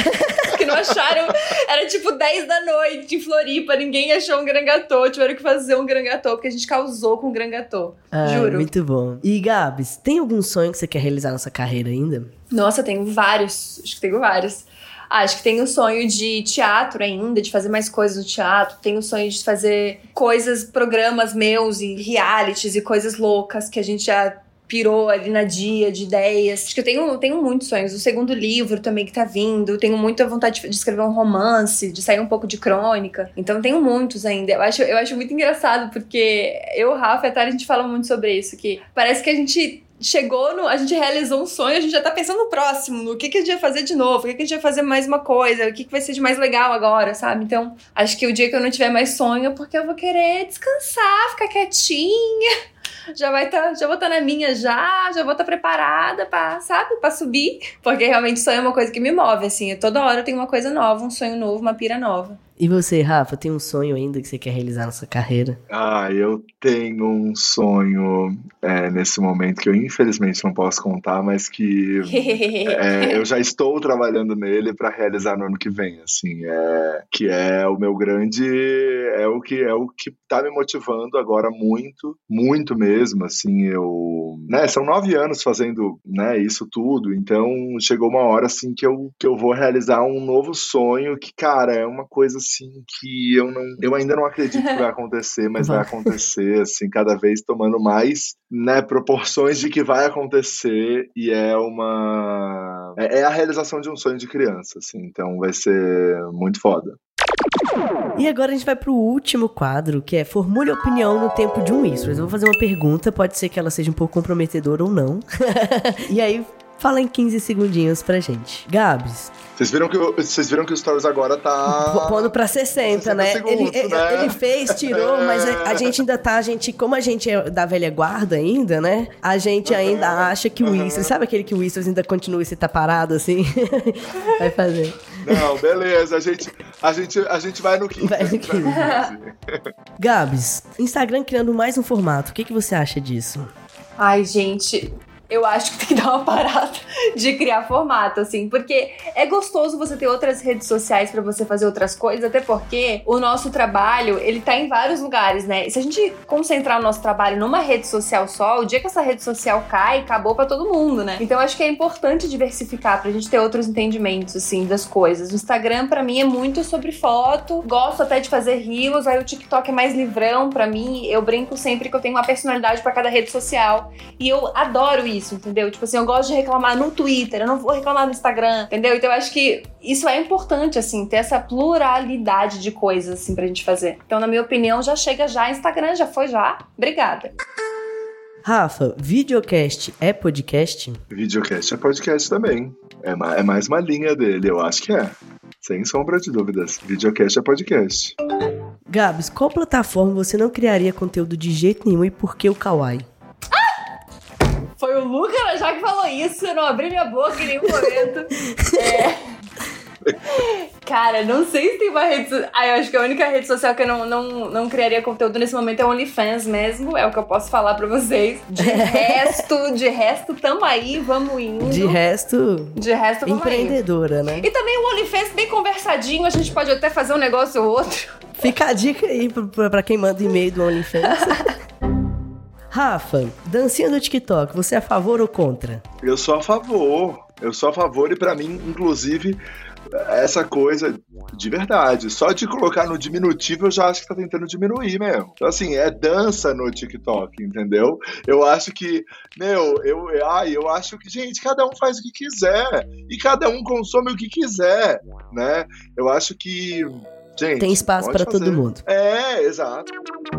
Speaker 3: Que não acharam, era tipo dez da noite em Floripa, ninguém achou um gran gâteau, tiveram que fazer um gran gâteau, porque a gente causou com o gran gâteau,
Speaker 1: ah,
Speaker 3: juro.
Speaker 1: Muito bom. E Gabs, tem algum sonho que você quer realizar na sua carreira ainda?
Speaker 3: Nossa, tenho vários, acho que tenho vários. Ah, acho que tenho o sonho de teatro ainda, de fazer mais coisas no teatro. Tenho o sonho de fazer coisas, programas meus e realities e coisas loucas que a gente já pirou ali na dia, de ideias. Acho que eu tenho, tenho muitos sonhos. O segundo livro também que tá vindo. Tenho muita vontade de escrever um romance, de sair um pouco de crônica. Então tenho muitos ainda. Eu acho, eu acho muito engraçado, porque eu, Rafa e a Thalia, a gente fala muito sobre isso, que parece que a gente chegou no... A gente realizou um sonho, a gente já tá pensando no próximo, no que, que a gente vai fazer de novo, o que, que a gente vai fazer mais uma coisa, o que, que vai ser de mais legal agora, sabe? Então, acho que o dia que eu não tiver mais sonho é porque eu vou querer descansar, ficar quietinha. Já vai tá, já vou estar tá na minha já, já vou estar tá preparada pra, sabe, pra subir. Porque realmente sonho é uma coisa que me move, assim. Toda hora eu tenho uma coisa nova, um sonho novo, uma pira nova.
Speaker 1: E você, Rafa, tem um sonho ainda que você quer realizar na sua carreira?
Speaker 2: Ah, eu tenho um sonho é, nesse momento que eu infelizmente não posso contar, mas que é, eu já estou trabalhando nele para realizar no ano que vem, assim, é, que é o meu grande, é o que é o que tá me motivando agora muito, muito mesmo, assim, eu, né, são nove anos fazendo, né, isso tudo, então chegou uma hora, assim, que eu, que eu vou realizar um novo sonho que, cara, é uma coisa assim que eu não, eu ainda não acredito que vai acontecer, mas vai acontecer, assim, cada vez tomando mais, né, proporções de que vai acontecer, e é uma é, é a realização de um sonho de criança, assim, então vai ser muito foda.
Speaker 1: E agora a gente vai pro último quadro, que é Formule a Opinião no Tempo de um Whispers. Eu vou fazer uma pergunta, pode ser que ela seja um pouco comprometedora ou não. E aí, fala em quinze segundinhos pra gente. Gabs.
Speaker 2: Vocês viram que, vocês viram que o Stories agora tá...
Speaker 1: pondo pra sessenta, né?
Speaker 2: Segundos,
Speaker 1: ele,
Speaker 2: né?
Speaker 1: ele fez, tirou, é. Mas a, a gente ainda tá, a gente, como a gente é da velha guarda ainda, né? A gente ainda uhum. acha que o uhum. Whispers, sabe aquele que o Whispers ainda continua e você tá parado assim? Vai fazer.
Speaker 2: Não, beleza, a gente, a gente, a gente vai no quinze. Vai no quinze.
Speaker 1: Gabs, Instagram criando mais um formato, o que, que você acha disso?
Speaker 3: Ai, gente... Eu acho que tem que dar uma parada de criar formato, assim, porque é gostoso você ter outras redes sociais pra você fazer outras coisas, até porque o nosso trabalho, ele tá em vários lugares, né? E se a gente concentrar o nosso trabalho numa rede social só, o dia que essa rede social cai, acabou pra todo mundo, né? Então eu acho que é importante diversificar pra gente ter outros entendimentos, assim, das coisas. O Instagram, pra mim, é muito sobre foto, gosto até de fazer reels, aí o TikTok é mais livrão pra mim, eu brinco sempre que eu tenho uma personalidade pra cada rede social, e eu adoro isso. Isso, entendeu? Tipo assim, eu gosto de reclamar no Twitter, eu não vou reclamar no Instagram, entendeu? Então eu acho que isso é importante, assim, ter essa pluralidade de coisas, assim, pra gente fazer. Então, na minha opinião, já chega já, Instagram já foi já. Obrigada.
Speaker 1: Rafa, videocast é podcast?
Speaker 2: Videocast é podcast também. É, ma- é mais uma linha dele, eu acho que é. Sem sombra de dúvidas. Videocast é podcast.
Speaker 1: Gabs, qual plataforma você não criaria conteúdo de jeito nenhum e por que o Kawaii?
Speaker 3: Foi o Luca já que falou isso, eu não abri minha boca em nenhum momento. É... Cara, não sei se tem uma rede social. Ah, eu acho que a única rede social que eu não, não, não criaria conteúdo nesse momento é o OnlyFans mesmo. É o que eu posso falar pra vocês. De resto, de resto, tamo aí, vamos indo.
Speaker 1: De resto...
Speaker 3: De resto, vamos
Speaker 1: empreendedora,
Speaker 3: aí.
Speaker 1: né?
Speaker 3: E também o OnlyFans bem conversadinho, a gente pode até fazer um negócio ou outro.
Speaker 1: Fica a dica aí pra, pra quem manda e-mail do OnlyFans. Rafa, dancinha do TikTok, você é a favor ou contra?
Speaker 2: Eu sou a favor, eu sou a favor e pra mim, inclusive, essa coisa de verdade, só de colocar no diminutivo eu já acho que tá tentando diminuir mesmo. Então assim, é dança no TikTok, entendeu? Eu acho que, meu, eu, ai, eu acho que, gente, cada um faz o que quiser e cada um consome o que quiser, né? Eu acho que, gente...
Speaker 1: Tem espaço pra todo mundo.
Speaker 2: É, exato.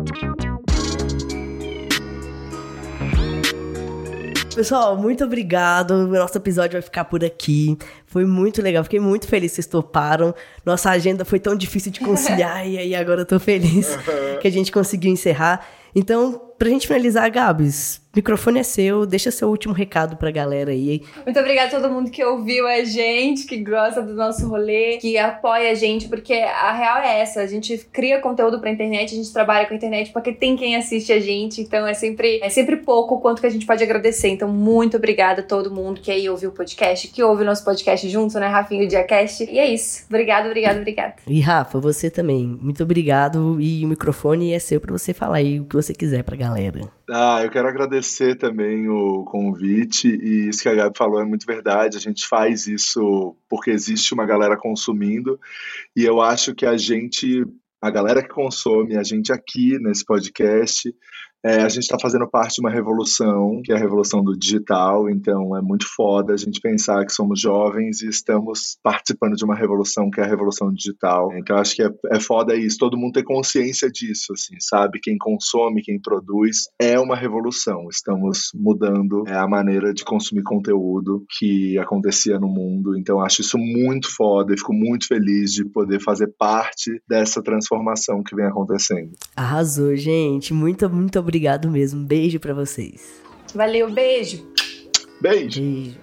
Speaker 1: Pessoal, muito obrigado. O nosso episódio vai ficar por aqui. Foi muito legal. Fiquei muito feliz que vocês toparam. Nossa agenda foi tão difícil de conciliar e aí agora eu tô feliz que a gente conseguiu encerrar. Então, pra gente finalizar, Gabs, o microfone é seu. Deixa seu último recado pra galera aí.
Speaker 3: Muito obrigada a todo mundo que ouviu a gente, que gosta do nosso rolê, que apoia a gente, porque a real é essa. A gente cria conteúdo pra internet, a gente trabalha com a internet porque tem quem assiste a gente. Então, é sempre, é sempre pouco o quanto que a gente pode agradecer. Então, muito obrigada a todo mundo que aí ouviu o podcast, que ouve o nosso podcast junto, né, Rafinha, o Diacast. E é isso. Obrigada, obrigada, obrigada.
Speaker 1: E Rafa, você também. Muito obrigado. E o microfone é seu pra você falar aí o que você quiser pra galera.
Speaker 2: Ah, eu quero agradecer também o convite, e isso que a Gabi falou é muito verdade. A gente faz isso porque existe uma galera consumindo, e eu acho que a gente, a galera que consome, a gente aqui nesse podcast, é, a gente está fazendo parte de uma revolução, que é a revolução do digital. Então é muito foda a gente pensar que somos jovens e estamos participando de uma revolução que é a revolução digital. Então acho que é, é foda isso, todo mundo ter consciência disso, assim, sabe? Quem consome, quem produz, é uma revolução. Estamos mudando é, a maneira de consumir conteúdo que acontecia no mundo. Então acho isso muito foda e fico muito feliz de poder fazer parte dessa transformação que vem acontecendo.
Speaker 1: Arrasou, gente. Muito, muito obrigado. Obrigado mesmo. Beijo pra vocês.
Speaker 3: Valeu, beijo.
Speaker 2: Beijo.
Speaker 1: Beijo.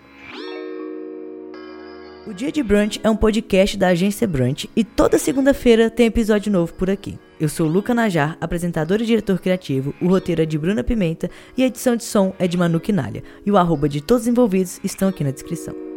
Speaker 1: O Dia de Brunch é um podcast da agência Brunch e toda segunda-feira tem episódio novo por aqui. Eu sou o Luca Najar, apresentador e diretor criativo, o roteiro é de Bruna Pimenta e a edição de som é de Manu Quinalha. E o arroba de todos os envolvidos estão aqui na descrição.